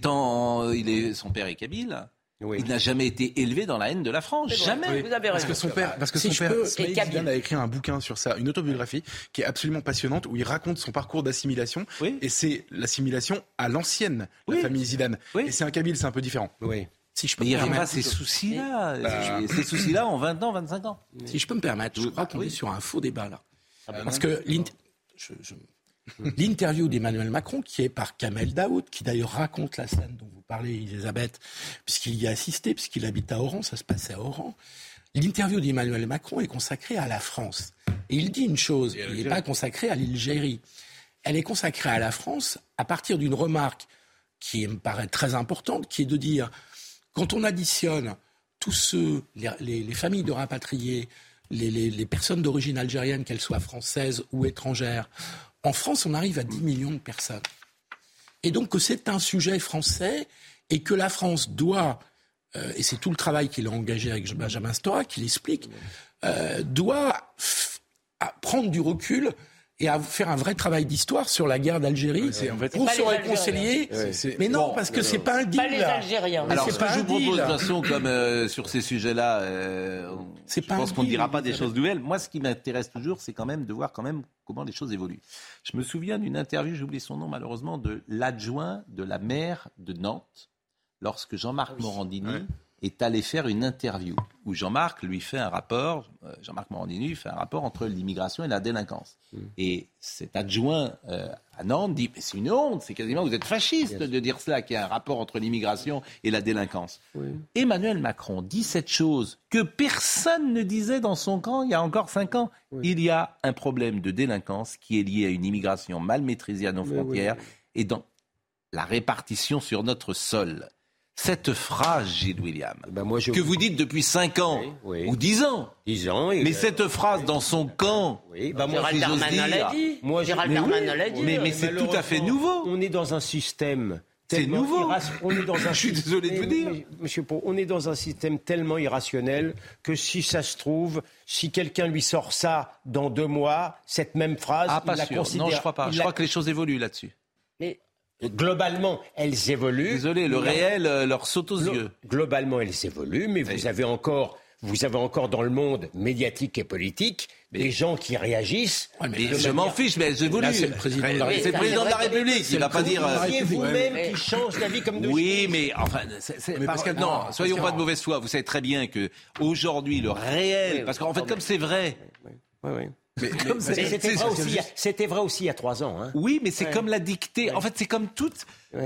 Son père est kabyle. Oui. Il n'a jamais été élevé dans la haine de la France. Jamais. Oui. Vous avez raison. Parce que son père, Zidane a écrit un bouquin sur ça, une autobiographie qui est absolument passionnante, où il raconte son parcours d'assimilation. Oui. Et c'est l'assimilation à l'ancienne, la famille Zidane. Oui. Et c'est un kabyle, c'est un peu différent. Oui. Si je peux il n'y avait pas ces soucis-là. Ces soucis-là en 20 ans, 25 ans. Si je peux me permettre, je crois qu'on est sur un faux débat là. Parce que l'interview d'Emmanuel Macron, qui est par Kamel Daoud, qui d'ailleurs raconte la scène dont vous parlez, Elisabeth, puisqu'il y a assisté, puisqu'il habite à Oran, ça se passait à Oran. L'interview d'Emmanuel Macron est consacrée à la France. Et il dit une chose, il n'est pas consacré à l'Algérie. Elle est consacrée à la France à partir d'une remarque qui me paraît très importante, qui est de dire, quand on additionne tous ceux, les familles de rapatriés, les personnes d'origine algérienne, qu'elles soient françaises ou étrangères, En France, on arrive à 10 millions de personnes. Et donc que c'est un sujet français et que la France doit, et c'est tout le travail qu'il a engagé avec Benjamin Stora, qui l'explique, doit prendre du recul et à faire un vrai travail d'histoire sur la guerre d'Algérie pour se réconcilier. Mais non, parce que c'est pas un deal. Pas les Algériens. Alors, ce que je vous propose, de toute façon, comme sur ces sujets-là, je pense qu'on ne dira pas des choses nouvelles. Moi, ce qui m'intéresse toujours, c'est quand même de voir comment les choses évoluent. Je me souviens d'une interview, j'ai oublié son nom malheureusement, de l'adjoint de la maire de Nantes, lorsque Jean-Marc Morandini est allé faire une interview où Jean-Marc lui fait un rapport, Jean-Marc Morandini fait un rapport entre l'immigration et la délinquance. Et cet adjoint à Nantes dit, mais c'est une honte, c'est quasiment, vous êtes fasciste de dire cela, qu'il y a un rapport entre l'immigration et la délinquance. Emmanuel Macron dit cette chose que personne ne disait dans son camp il y a encore 5 ans. Il y a un problème de délinquance qui est lié à une immigration mal maîtrisée à nos frontières et dans la répartition sur notre sol. Cette phrase, Gilles William, que vous dites depuis 5 ans ou 10 ans, mais cette phrase dans son camp, moi, si j'ose dire, Gérald Darmanin l'a dit. Mais c'est tout à fait nouveau. On est dans un système. C'est nouveau. Je suis désolé de vous dire. Monsieur Pau, on est dans un système tellement irrationnel que si ça se trouve, si quelqu'un lui sort ça dans 2 mois, cette même phrase, il la considère. Non, je crois pas. Je crois que les choses évoluent là-dessus. Mais globalement, elles évoluent. Désolé, le réel leur saute aux yeux. Globalement, elles évoluent, mais vous avez encore dans le monde médiatique et politique des gens qui réagissent. Je m'en fiche, mais j'ai voulu. C'est le président de la République. C'est le président de la République. Il ne va pas dire. C'est vous-même qui change d'avis comme de Oui, mais enfin, non, soyons pas de mauvaise foi. Vous savez très bien que aujourd'hui, le réel, parce qu'en fait, comme c'est vrai. C'était vrai aussi il y a 3 ans. Hein. Oui, mais c'est comme la dictée. En fait, c'est comme toute.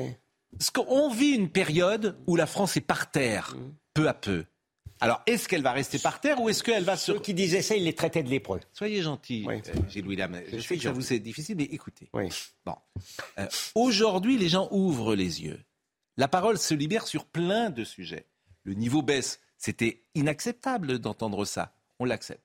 On vit une période où la France est par terre, peu à peu. Alors, est-ce qu'elle va rester par terre ou est-ce qu'elle va se... Ceux qui disaient ça, ils les traitaient de lépreux. Soyez gentil, Gilles William. Je sais que ça vous est difficile, mais écoutez. Bon. Aujourd'hui, les gens ouvrent les yeux. La parole se libère sur plein de sujets. Le niveau baisse. C'était inacceptable d'entendre ça. On l'accepte.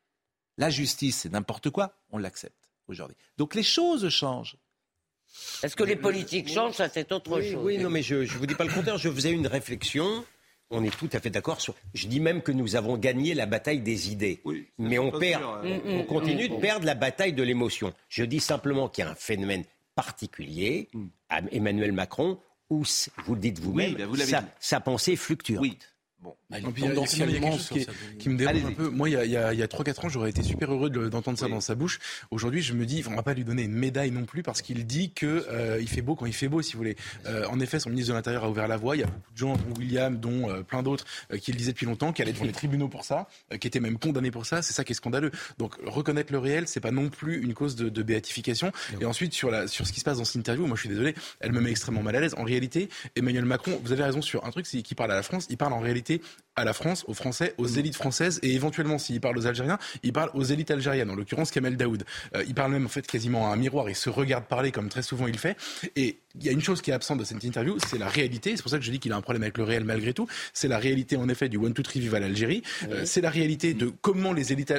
La justice, c'est n'importe quoi. On l'accepte aujourd'hui. Donc, les choses changent. Est-ce que les politiques changent? Ça, c'est autre chose. Oui, non, mais je ne vous dis pas le contraire. Je faisais une réflexion. On est tout à fait d'accord sur. Je dis même que nous avons gagné la bataille des idées, mais on continue de perdre la bataille de l'émotion. Je dis simplement qu'il y a un phénomène particulier à Emmanuel Macron où vous le dites vous-même, sa pensée fluctuante. Oui. Bon, il y a quelque chose qui me dérange un peu. Moi, il y a 3-4 ans, j'aurais été super heureux d'entendre ça dans sa bouche. Aujourd'hui, je me dis, on ne va pas lui donner une médaille non plus parce qu'il dit que il fait beau quand il fait beau, si vous voulez. En effet, son ministre de l'Intérieur a ouvert la voie. Il y a beaucoup de gens, dont William, dont plein d'autres, qui le disaient depuis longtemps, qui allaient devant les tribunaux pour ça, qui étaient même condamnés pour ça. C'est ça qui est scandaleux. Donc, reconnaître le réel, c'est pas non plus une cause de béatification. Et ensuite, sur ce qui se passe dans cette interview, moi, je suis désolé, elle me met extrêmement mal à l'aise. En réalité, Emmanuel Macron, vous avez raison sur un truc, c'est qu'il parle à la France. Il parle en réalité à la France, aux Français, aux élites françaises et éventuellement, s'il parle aux Algériens, il parle aux élites algériennes, en l'occurrence Kamel Daoud. Il parle même en fait quasiment à un miroir, il se regarde parler comme très souvent il fait. Et il y a une chose qui est absente de cette interview, c'est la réalité. C'est pour ça que je dis qu'il a un problème avec le réel malgré tout. C'est la réalité en effet du 1-2-3 vive à l'Algérie. C'est la réalité de comment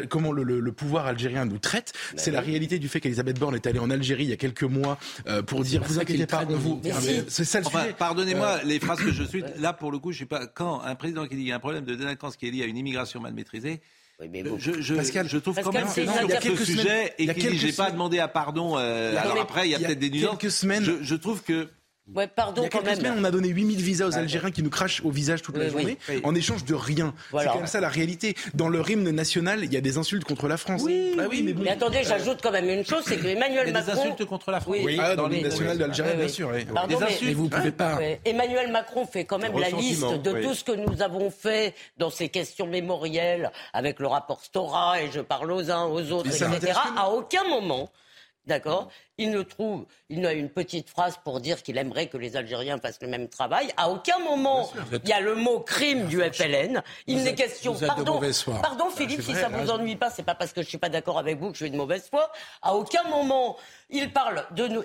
le pouvoir algérien nous traite. C'est la réalité du fait qu'Elisabeth Borne est allée en Algérie il y a quelques mois pour dire vous inquiétez pas, c'est ça le sujet. Pardonnez-moi les phrases que je suis là pour le coup, je suis pas quand un président qui dit qu'il y a un problème de délinquance qui est lié à une immigration mal maîtrisée. Pascal, je trouve quand même que sur quelques sujets et qu'il j'ai pas demandé à pardon. Alors après, il y a peut-être des nuances. Quelques semaines, je trouve que. Ouais, pardon, il y a quelques semaines, on a donné 8000 visas aux Algériens qui nous crachent au visage toute la journée en échange de rien. Voilà. C'est comme ça la réalité. Dans leur hymne national, il y a des insultes contre la France. Mais attendez, j'ajoute quand même une chose, c'est que Emmanuel Macron... des insultes contre la France. Dans l'hymne national d'Algérie, bien sûr. Pardon, mais vous ne pouvez pas... Emmanuel Macron fait quand même la liste de tout ce que nous avons fait dans ces questions mémorielles avec le rapport Stora, et je parle aux uns, aux autres, etc. À aucun moment... D'accord. il a une petite phrase pour dire qu'il aimerait que les Algériens fassent le même travail. À aucun moment, il y a le mot crime du FLN. Il n'est question... Pardon Philippe, si ça ne vous ennuie pas, c'est pas parce que je ne suis pas d'accord avec vous que je suis de mauvaise foi. À aucun moment, il parle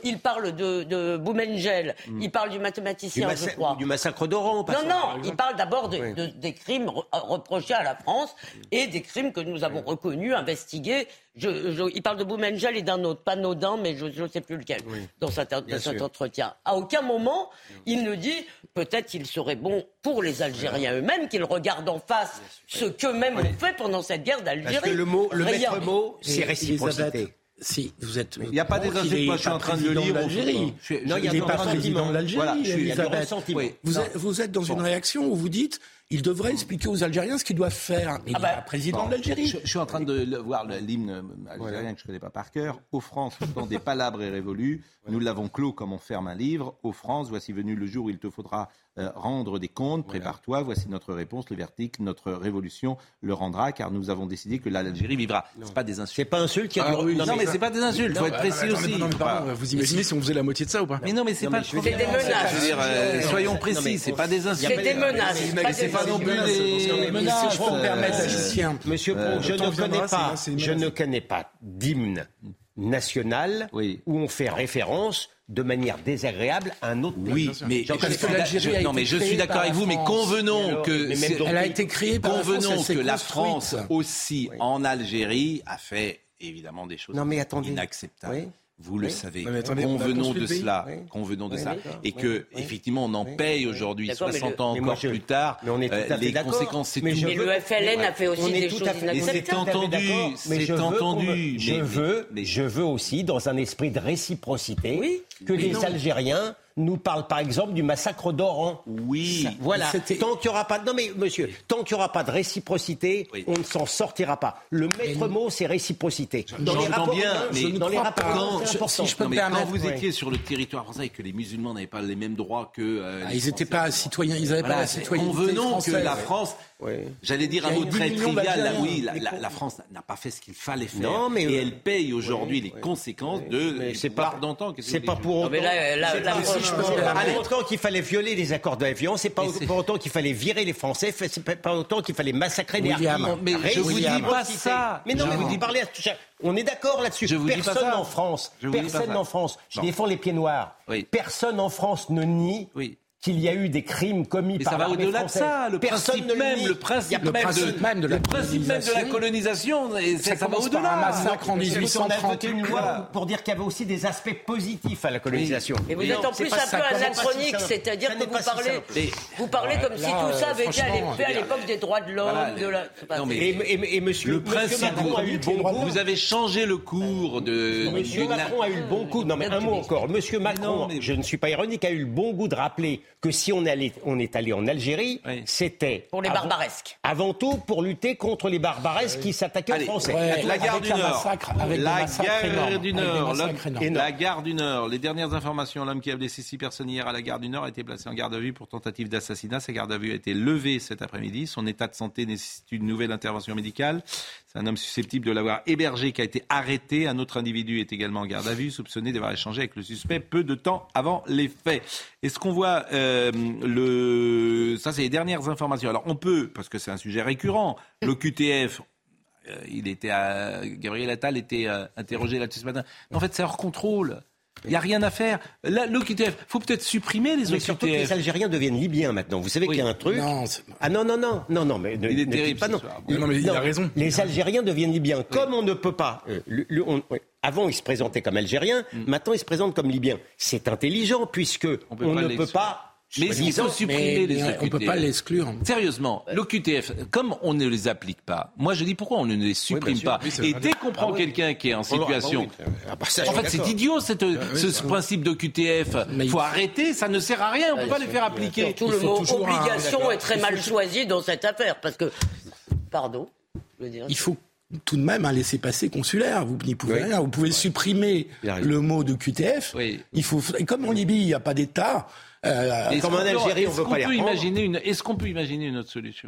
de Boumengel, il parle du mathématicien, je crois. Du massacre d'Oran. Non, il parle d'abord des crimes reprochés à la France et des crimes que nous avons reconnus, investigués. Il parle de Boumengel et d'un autre, pas Naudin, mais je ne sais plus lequel, dans cet entretien. À aucun moment, il ne dit, peut-être qu'il serait bon pour les Algériens eux-mêmes qu'ils regardent en face ce qu'eux-mêmes ont fait pendant cette guerre d'Algérie. Parce que le maître mot, c'est réciprocité. Si, vous êtes. Il n'y a pas des insultes. Moi, je suis en train de le lire. Non, il n'est pas président de l'Algérie. Vous êtes dans une réaction où vous dites il devrait expliquer aux Algériens ce qu'ils doivent faire. Il n'est pas président de l'Algérie. Je suis en train de voir l'hymne algérien que je ne connais pas par cœur. Ô France, au temps des palabres et révolus, nous l'avons clos comme on ferme un livre. Ô France, voici venu le jour où il te faudra rendre des comptes. Prépare-toi, voici notre réponse. Le verdict, notre révolution le rendra, car nous avons décidé que l'Algérie vivra. C'est pas des insultes. C'est pas insulte qui a Non, mais c'est pas des insultes. Il faut être précis aussi. Vous imaginez si on faisait la moitié de ça ou pas? Mais non, mais c'est pas. C'est des menaces. Soyons précis. C'est pas des insultes. C'est des menaces. C'est pas non plus des menaces. Je peux me permettre, Monsieur Pro, je ne connais pas d'hymne national où on fait référence de manière désagréable à un autre pays. Oui, mais je suis d'accord avec vous, mais convenons que elle a été créée par que la France aussi en Algérie a fait évidemment des choses inacceptables. Oui. Vous le savez. Convenons de cela. Et que, effectivement, on en paye aujourd'hui, 60 ans encore plus tard, les conséquences, c'est tout. Mais le FLN a fait aussi des choses inacceptables. C'est entendu. Je veux aussi, dans un esprit de réciprocité, que les Algériens nous parlent par exemple du massacre d'Oran. Oui. Voilà. Tant qu'il n'y aura pas de réciprocité, on ne s'en sortira pas. Le maître mot, c'est réciprocité. Dans les rapports, si je peux me permettre, quand vous étiez sur le territoire français et que les musulmans n'avaient pas les mêmes droits que ils n'étaient pas citoyens, ils n'avaient pas la citoyenneté française. Que la France, j'allais dire un mot très trivial, la France n'a pas fait ce qu'il fallait faire. Non, mais et elle paye aujourd'hui les conséquences de l'histoire d'antan. C'est pas pour autant. Pour autant qu'il fallait violer les accords de Évian, c'est pas pour autant qu'il fallait virer les Français, c'est pas autant qu'il fallait massacrer les harkis. Mais je vous dis pas ça. Mais non, mais vous parlez. On est d'accord là-dessus. Personne en France, je défends les pieds noirs. Personne en France ne nie qu'il y a eu des crimes commis par l'armée française. Mais ça va au-delà de ça. Le principe même de la colonisation, et ça va au-delà. Un massacre en 1830. On a voté une loi pour dire qu'il y avait aussi des aspects positifs à la colonisation. Et vous êtes en plus un peu anachronique, c'est-à-dire que vous parlez comme si tout ça avait été fait à l'époque des droits de l'homme. Et monsieur Macron a eu le bon coup. Vous avez changé le cours de... Monsieur Macron a eu le bon coup. Non mais un mot encore. Monsieur Macron, je ne suis pas ironique, a eu le bon goût de rappeler que si on est allé en Algérie, c'était pour les barbaresques. Avant tout pour lutter contre les barbaresques qui s'attaquaient aux Français. La gare du Nord. Les dernières informations, l'homme qui a blessé 6 personnes hier à la gare du Nord a été placé en garde à vue pour tentative d'assassinat. Sa garde à vue a été levée cet après-midi. Son état de santé nécessite une nouvelle intervention médicale. C'est un homme susceptible de l'avoir hébergé qui a été arrêté. Un autre individu est également en garde à vue, soupçonné d'avoir échangé avec le suspect peu de temps avant les faits. Est-ce qu'on voit ça, c'est les dernières informations. Alors on peut, parce que c'est un sujet récurrent, l'OQTF, Gabriel Attal était interrogé là-dessus ce matin. En fait, c'est hors contrôle. Il n'y a rien à faire. L'OQTF, il faut peut-être supprimer les OQTF. Mais surtout que les Algériens deviennent libyens maintenant. Vous savez qu'il y a un truc... Non, mais il est terrible. Pas, non. Mais il a raison. Les Algériens deviennent libyens. Comme on ne peut pas... Avant, ils se présentaient comme Algériens. Maintenant, ils se présentent comme Libyens. C'est intelligent puisque on ne peut pas... Mais il faut supprimer les OQTF. On ne peut pas l'exclure. Sérieusement, l'OQTF, comme on ne les applique pas, moi je dis pourquoi on ne les supprime pas. Et dès qu'on prend quelqu'un qui est en situation... en fait, c'est idiot ce principe d'OQTF. Il faut arrêter, ça ne sert à rien, on ne peut pas les faire appliquer. Surtout le mot obligation est très mal choisi dans cette affaire, parce que... Pardon, je veux dire... Il faut tout de même un laissez-passer consulaire. Vous n'y pouvez rien. Vous pouvez supprimer le mot de QTF. Il faut... Et comme en Libye, il n'y a pas d'État... comme en Algérie, on ne veut pas les reprendre. Est-ce qu'on peut imaginer une autre solution ?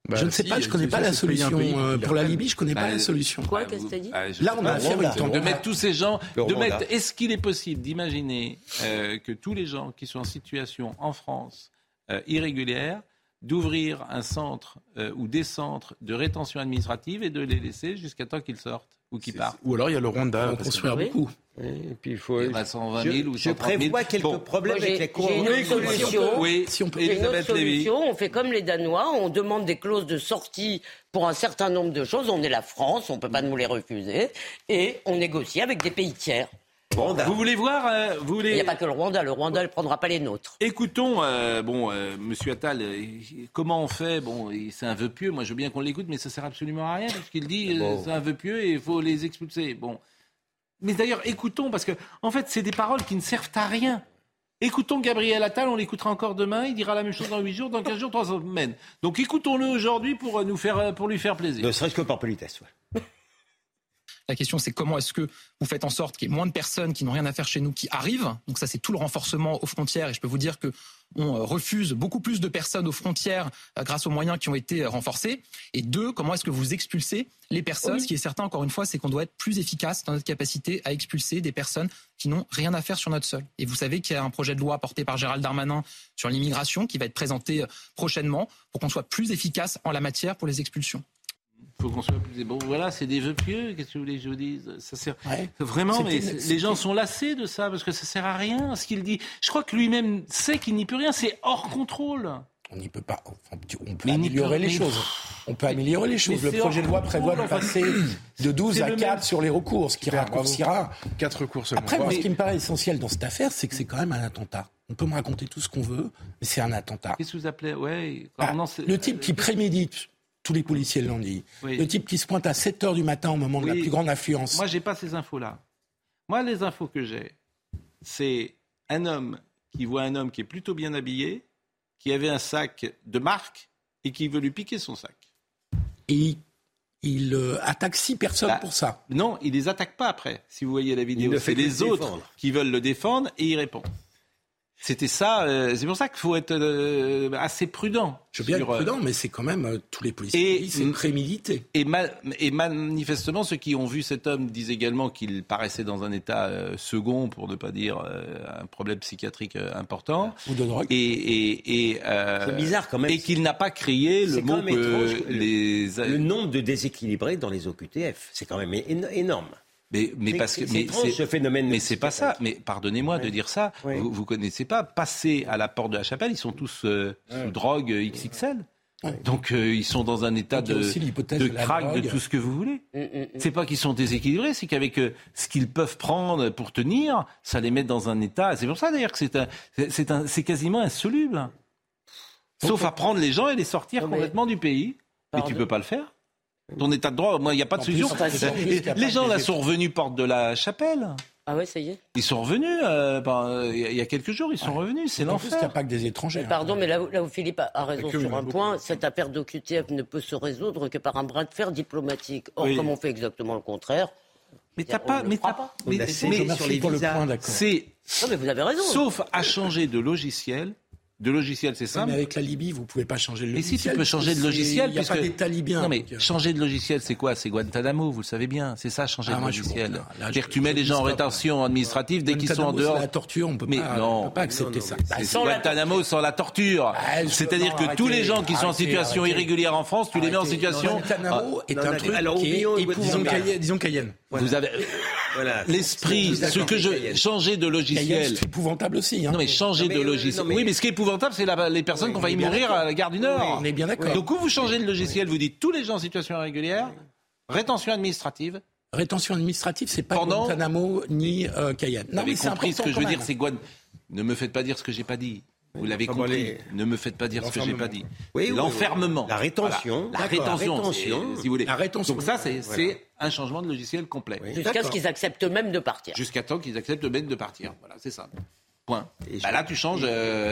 Je ne sais pas, je ne connais pas la solution. Pour la Libye, je ne connais pas la solution. Quoi, qu'est-ce que tu as dit ? Là, on a affaire de mettre tous ces gens. Est-ce qu'il est possible d'imaginer que tous les gens qui sont en situation en France irrégulière, d'ouvrir un centre ou des centres de rétention administrative et de les laisser jusqu'à temps qu'ils sortent ou qu'ils partent ? Ou alors il y a le Rwanda. On va construire beaucoup. Et puis il faut. 120 000 ou 130 000. Je prévois quelques problèmes avec les cours. J'ai une autre solution. Oui, si on peut. Elisabeth Lévy. On fait comme les Danois, on demande des clauses de sortie pour un certain nombre de choses. On est la France, on ne peut pas nous les refuser. Et on négocie avec des pays tiers. Vous voulez voir Il n'y a pas que le Rwanda ne prendra pas les nôtres. Écoutons, Monsieur Attal, comment on fait ? C'est un vœu pieux, moi je veux bien qu'on l'écoute, mais ça ne sert absolument à rien, parce qu'il dit c'est un vœu pieux et il faut les expulser. Mais d'ailleurs, écoutons, parce que en fait, c'est des paroles qui ne servent à rien. Écoutons Gabriel Attal, on l'écoutera encore demain, il dira la même chose dans 8 jours, dans 15 jours, 3 semaines. Donc écoutons-le aujourd'hui pour lui faire plaisir. Ne serait-ce que par politesse, ouais. La question, c'est comment est-ce que vous faites en sorte qu'il y ait moins de personnes qui n'ont rien à faire chez nous qui arrivent. Donc ça, c'est tout le renforcement aux frontières. Et je peux vous dire qu'on refuse beaucoup plus de personnes aux frontières grâce aux moyens qui ont été renforcés. Et 2, comment est-ce que vous expulsez les personnes ? Ce qui est certain, encore une fois, c'est qu'on doit être plus efficace dans notre capacité à expulser des personnes qui n'ont rien à faire sur notre sol. Et vous savez qu'il y a un projet de loi porté par Gérald Darmanin sur l'immigration qui va être présenté prochainement pour qu'on soit plus efficace en la matière pour les expulsions. Il faut qu'on soit plus... voilà, c'est des vœux pieux, qu'est-ce que vous voulez que je vous dise ? Ça sert... Vraiment, mais les gens sont lassés de ça, parce que ça sert à rien, ce qu'il dit. Je crois que lui-même sait qu'il n'y peut rien, c'est hors contrôle. On n'y peut pas. On peut améliorer les choses. On peut améliorer les choses. Le projet de loi prévoit de passer de 12 à 4 sur les recours, ce qui raccourcira. 4 recours seulement. Après, ce qui me paraît essentiel dans cette affaire, c'est que c'est quand même un attentat. On peut me raconter tout ce qu'on veut, mais c'est un attentat. Qu'est-ce que vous appelez le type qui prémédite... Tous les policiers l'ont dit. Oui. Le type qui se pointe à 7h du matin au moment de la plus grande affluence. Moi, j'ai pas ces infos-là. Moi, les infos que j'ai, c'est un homme qui voit un homme qui est plutôt bien habillé, qui avait un sac de marque et qui veut lui piquer son sac. Et il attaque 6 personnes pour ça. Non, il les attaque pas après. Si vous voyez la vidéo, c'est les autres qui veulent le défendre et il répond. C'était ça, c'est pour ça qu'il faut être assez prudent. Je veux bien être prudent, mais c'est quand même tous les policiers c'est prémédité. Et manifestement, ceux qui ont vu cet homme disent également qu'il paraissait dans un état second, pour ne pas dire un problème psychiatrique important. Ou de drogue. C'est bizarre quand même. Et qu'il n'a pas crié le mot que le nombre de déséquilibrés dans les OQTF, c'est quand même énorme. Mais parce que c'est ce phénomène. Mais c'est pas ça. Mais pardonnez-moi de dire ça. Oui. Vous connaissez pas. Passer à la porte de la chapelle, ils sont tous sous drogue XXL. Ouais. Donc ils sont dans un état de crack, de tout ce que vous voulez. C'est pas qu'ils sont déséquilibrés, c'est qu'avec ce qu'ils peuvent prendre pour tenir, ça les met dans un état. C'est pour ça d'ailleurs que c'est quasiment insoluble. Sauf à prendre les gens et les sortir complètement du pays. Mais tu peux pas le faire. Ton état de droit, moi, il n'y a pas de solution. Les gens, là, sont revenus porte de la chapelle. Ah ouais, ça y est. Ils sont revenus, il y a quelques jours, ils sont revenus, c'est l'enfer. En plus, il n'y a pas que des étrangers. Pardon, mais là où Philippe a raison sur un point, cette affaire d'OQTF ne peut se résoudre que par un bras de fer diplomatique. Or, comme on fait exactement le contraire... Mais t'as pas... Mais sur pour le point, d'accord. Non, mais vous avez raison. Sauf à changer de logiciel... De logiciel, c'est simple. Mais avec la Libye, vous ne pouvez pas changer de logiciel. Et si tu peux changer de logiciel, il n'y a pas d'État libyen. Non mais changer de logiciel, c'est quoi ? C'est Guantanamo, vous le savez bien. C'est ça, changer de logiciel. C'est-à-dire que tu mets les gens en rétention administrative dès qu'ils sont en dehors. C'est la torture, on ne peut pas accepter ça. C'est Guantanamo sans la torture. C'est-à-dire que tous les gens qui sont en situation irrégulière en France, tu les mets en situation... Guantanamo est un truc qui est épouvantable. Disons Cayenne. Vous avez l'esprit, ce que changer de logiciel. C'est épouvantable aussi. Non mais changer de logiciel. Oui, mais ce qui est épouvantable, c'est les personnes qui ont failli mourir à la gare du Nord. On est bien d'accord. Donc où vous changez de logiciel, vous dites tous les gens en situation irrégulière, rétention administrative. Rétention administrative, c'est pas Guantanamo ni Cayenne. Vous avez compris ce que je veux dire, c'est ne me faites pas dire ce que j'ai pas dit. Vous l'avez compris. Ne me faites pas dire ce que j'ai pas dit. L'enfermement. La rétention. La rétention, si vous voulez. Donc ça, c'est un changement de logiciel complet. Jusqu'à ce qu'ils acceptent même de partir. Jusqu'à temps qu'ils acceptent même de partir. Voilà, c'est ça. Point. Là, tu changes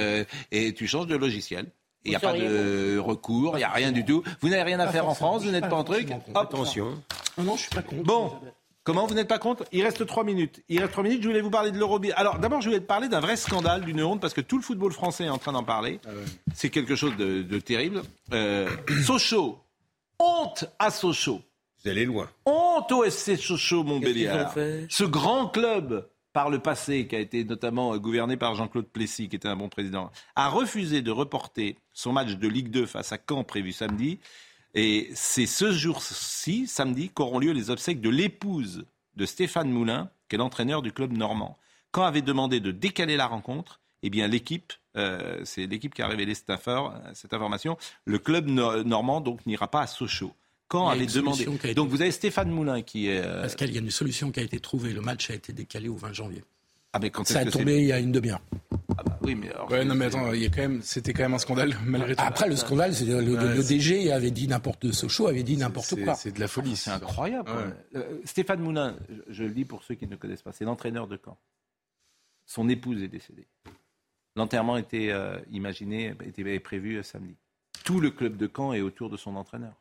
et tu changes de logiciel. Il n'y a pas de recours, il n'y a rien du tout. Vous n'avez rien à faire en France, vous n'êtes pas en truc. Attention. Non, je suis pas contre. Bon. Comment, vous n'êtes pas contre ? Il reste 3 minutes. Je voulais vous parler de l'Euro. Alors, d'abord, je voulais te parler d'un vrai scandale, d'une honte, parce que tout le football français est en train d'en parler. Ah ouais. C'est quelque chose de terrible. Sochaux. Honte à Sochaux. Vous allez loin. Honte au SC Sochaux-Montbéliard. Ce grand club, par le passé, qui a été notamment gouverné par Jean-Claude Plessis, qui était un bon président, a refusé de reporter son match de Ligue 2 face à Caen prévu samedi. Et c'est ce jour-ci, samedi, qu'auront lieu les obsèques de l'épouse de Stéphane Moulin, qui est l'entraîneur du club normand. Caen avait demandé de décaler la rencontre. Eh bien, c'est l'équipe qui a révélé cette information. Le club normand donc n'ira pas à Sochaux. Caen avait demandé. Donc vous avez Stéphane Moulin qui est. Pascal, il y a une solution qui a été trouvée. Le match a été décalé au 20 janvier. Ah mais quand ça a tombé il y a une demi-heure. Ah bah oui, mais alors, attends, c'était quand même un scandale malgré tout. Après le scandale, c'est le DG avait dit Sochaux avait dit n'importe quoi. C'est de la folie, c'est incroyable. Ouais. Stéphane Moulin, je le dis pour ceux qui ne le connaissent pas, c'est l'entraîneur de Caen. Son épouse est décédée. L'enterrement était était prévu samedi. Tout le club de Caen est autour de son entraîneur.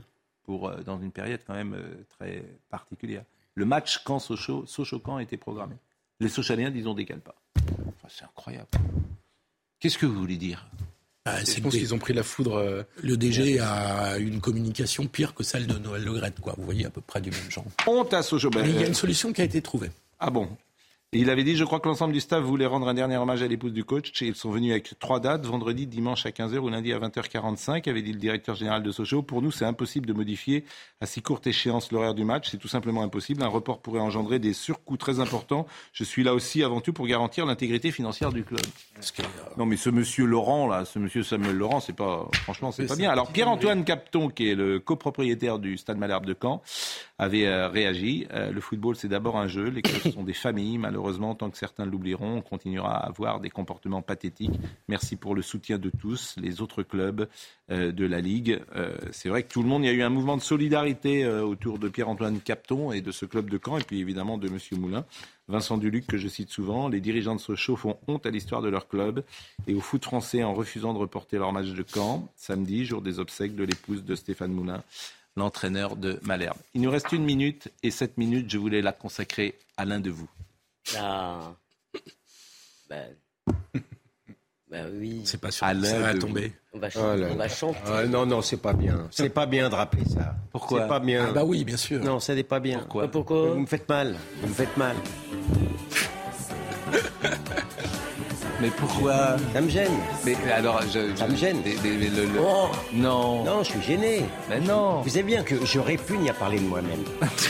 Dans une période quand même très particulière. Le match Sochaux-Caen était programmé. Les Sochaliens disent on décale pas. Enfin, c'est incroyable. Qu'est-ce que vous voulez dire ? Je pense qu'ils ont pris la foudre. Le DG a une communication pire que celle de Noël Le Graët, quoi. Vous voyez, à peu près du même genre. Honte à Sochaux. Mais il y a une solution qui a été trouvée. Ah bon ? Et il avait dit, je crois que l'ensemble du staff voulait rendre un dernier hommage à l'épouse du coach. Ils sont venus avec 3 dates, vendredi, dimanche à 15h ou lundi à 20h45, avait dit le directeur général de Sochaux. Pour nous, c'est impossible de modifier à si courte échéance l'horaire du match. C'est tout simplement impossible. Un report pourrait engendrer des surcoûts très importants. Je suis là aussi avant tout pour garantir l'intégrité financière du club. Non mais ce monsieur Laurent, là, ce monsieur Samuel Laurent, c'est pas bien. Alors Pierre-Antoine Capton, qui est le copropriétaire du Stade Malherbe de Caen, avait réagi. Le football, c'est d'abord un jeu. Les clubs sont des familles. Malheureusement, tant que certains l'oublieront, on continuera à avoir des comportements pathétiques. Merci pour le soutien de tous, les autres clubs de la Ligue. C'est vrai que tout le monde, il y a eu un mouvement de solidarité autour de Pierre-Antoine Capton et de ce club de Caen, et puis évidemment de monsieur Moulin. Vincent Duluc, que je cite souvent, les dirigeants de Sochaux font honte à l'histoire de leur club et au foot français en refusant de reporter leur match de Caen, samedi, jour des obsèques de l'épouse de Stéphane Moulin, l'entraîneur de Malherbe. Il nous reste 1 minute, et cette minute, je voulais la consacrer à l'un de vous. Ah. Oui. C'est pas sûr que ça va tomber. On va chanter. Non, c'est pas bien. C'est pas bien de rappeler ça. Pourquoi ? C'est pas bien. Ah bah oui, bien sûr. Non, ça n'est pas bien. Pourquoi ? Vous me faites mal. Mais pourquoi ? Ça me gêne. Mais alors, ça me gêne. Oh non. Non, je suis gêné. Mais non. Vous savez bien que je répugne à parler de moi-même.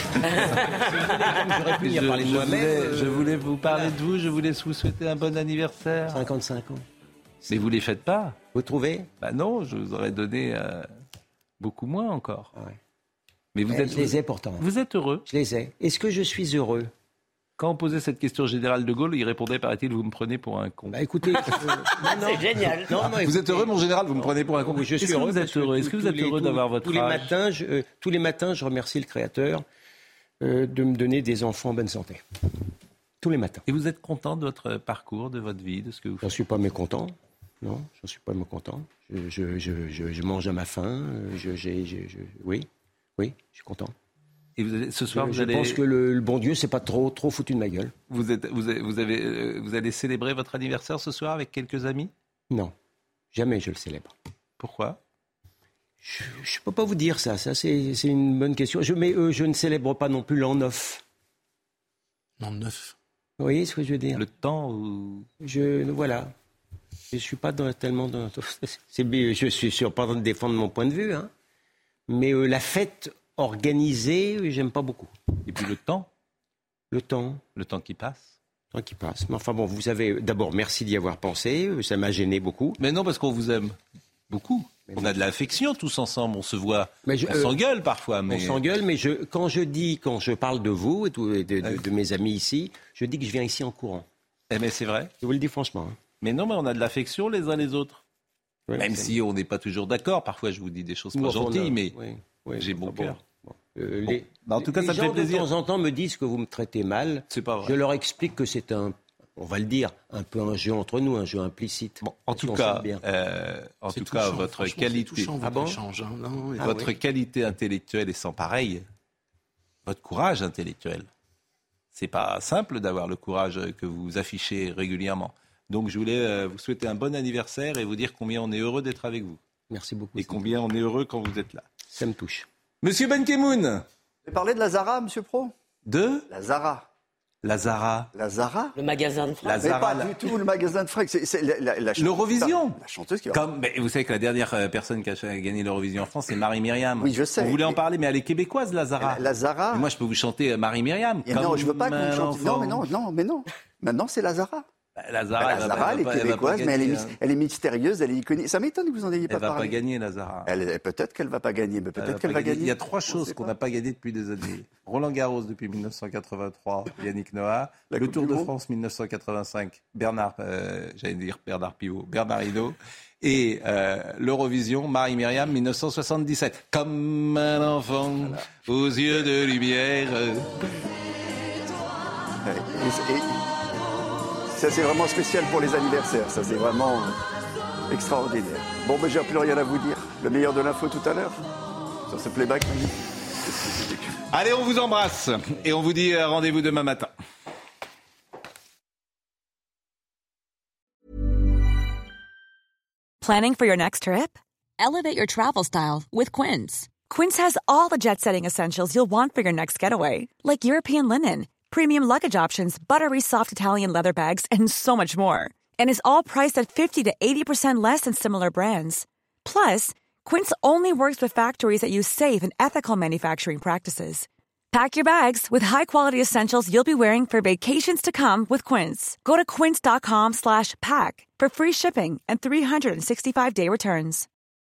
Je répugne à parler de moi-même. Je voulais vous parler de vous. Je voulais vous souhaiter un bon anniversaire. 55 ans. Mais vous les faites pas. Vous trouvez ? Bah non, je vous aurais donné beaucoup moins encore. Ah ouais. Mais je les ai pourtant. Vous êtes heureux ? Je les ai. Est-ce que je suis heureux ? Quand on posait cette question au général de Gaulle, il répondait, paraît-il, vous me prenez pour un con. Bah écoutez, c'est génial. Non, vous êtes heureux, mon général, vous me prenez pour un con. Oui, je suis heureux. Est-ce que vous êtes heureux d'avoir votre âge ? Tous les matins, je remercie le Créateur de me donner des enfants en bonne santé. Tous les matins. Et vous êtes content de votre parcours, de votre vie, de ce que vous faites ? J'en suis pas mécontent. Non, j'en suis pas mécontent. Je mange à ma faim. Oui, je suis content. Et ce soir, je pense que le bon Dieu s'est pas trop foutu de ma gueule. Vous allez célébrer votre anniversaire ce soir avec quelques amis ? Non, jamais je le célèbre. Pourquoi ? Je peux pas vous dire ça. Ça c'est une bonne question. Mais je ne célèbre pas non plus l'an 9. L'an 9. Vous voyez ce que je veux dire ? Le temps où... Voilà. Je suis pas tellement dans... Je suis sûr pas de défendre mon point de vue, hein. Mais la fête organisée, j'aime pas beaucoup. Et puis le temps ? Le temps qui passe. Le temps qui passe. Mais enfin bon, vous avez... D'abord, merci d'y avoir pensé. Ça m'a gêné beaucoup. Mais non, parce qu'on vous aime beaucoup. On a de l'affection tous ensemble, on se voit, on s'engueule parfois. Mais... On s'engueule, mais quand je parle de vous et de mes amis ici, je dis que je viens ici en courant. Eh mais c'est vrai. Je vous le dis franchement. Hein. Mais non, mais on a de l'affection les uns les autres. Oui, même si on n'est pas toujours d'accord, parfois je vous dis des choses pas gentilles, mais j'ai bon cœur. En tout cas, ça me fait plaisir. De temps en temps me disent que vous me traitez mal. C'est pas vrai. Je leur explique que c'est on va le dire, un peu un jeu entre nous, un jeu implicite. Bon, en tout cas, votre qualité, touchant, votre échange, hein. Votre qualité intellectuelle est sans pareil. votre courage intellectuel. C'est pas simple d'avoir le courage que vous affichez régulièrement. Donc je voulais vous souhaiter un bon anniversaire et vous dire combien on est heureux d'être avec vous. Merci beaucoup. Et combien on est heureux quand vous êtes là. Ça me touche. Monsieur Ben Kemoun. Vous avez parlé de la Zara, Monsieur Pro ? De la Zara. La Zara. La Zara. Le magasin de fringues. La Zara, pas du tout le magasin de fringues. C'est l'Eurovision. La chanteuse qui va... Mais vous savez que la dernière personne qui a gagné l'Eurovision en France, c'est Marie-Myriam. Oui, je sais. Vous voulez en parler, mais elle est québécoise, la Zara. La Zara. Mais moi, je peux vous chanter Marie-Myriam. Non, je veux pas que vous me chantiez. Non. Maintenant, c'est la Zara. La Zara, elle est québécoise, mais elle est mystérieuse, elle est iconique. Ça m'étonne que vous en ayez pas parlé. Elle va pas gagner, la Zara. Peut-être qu'elle va pas gagner, mais peut-être qu'elle va gagner. Il y a 3 choses qu'on n'a pas gagnées depuis des années. Roland Garros depuis 1983, Yannick Noah. Le Tour de France 1985, Bernard Pivot, Bernard Hinault. Et l'Eurovision, Marie-Myriam 1977. Comme un enfant aux yeux de lumière. Ça, c'est vraiment spécial pour les anniversaires. Ça, c'est vraiment extraordinaire. Bon, j'ai plus rien à vous dire. Le meilleur de l'info tout à l'heure, sur ce playback. Allez, on vous embrasse. Et on vous dit rendez-vous demain matin. Planning for your next trip? Elevate your travel style with Quince. Quince has all the jet-setting essentials you'll want for your next getaway, like European linen, premium luggage options, buttery soft Italian leather bags, and so much more. And is all priced at 50 to 80% less than similar brands. Plus, Quince only works with factories that use safe and ethical manufacturing practices. Pack your bags with high-quality essentials you'll be wearing for vacations to come with Quince. Go to quince.com/pack for free shipping and 365-day returns.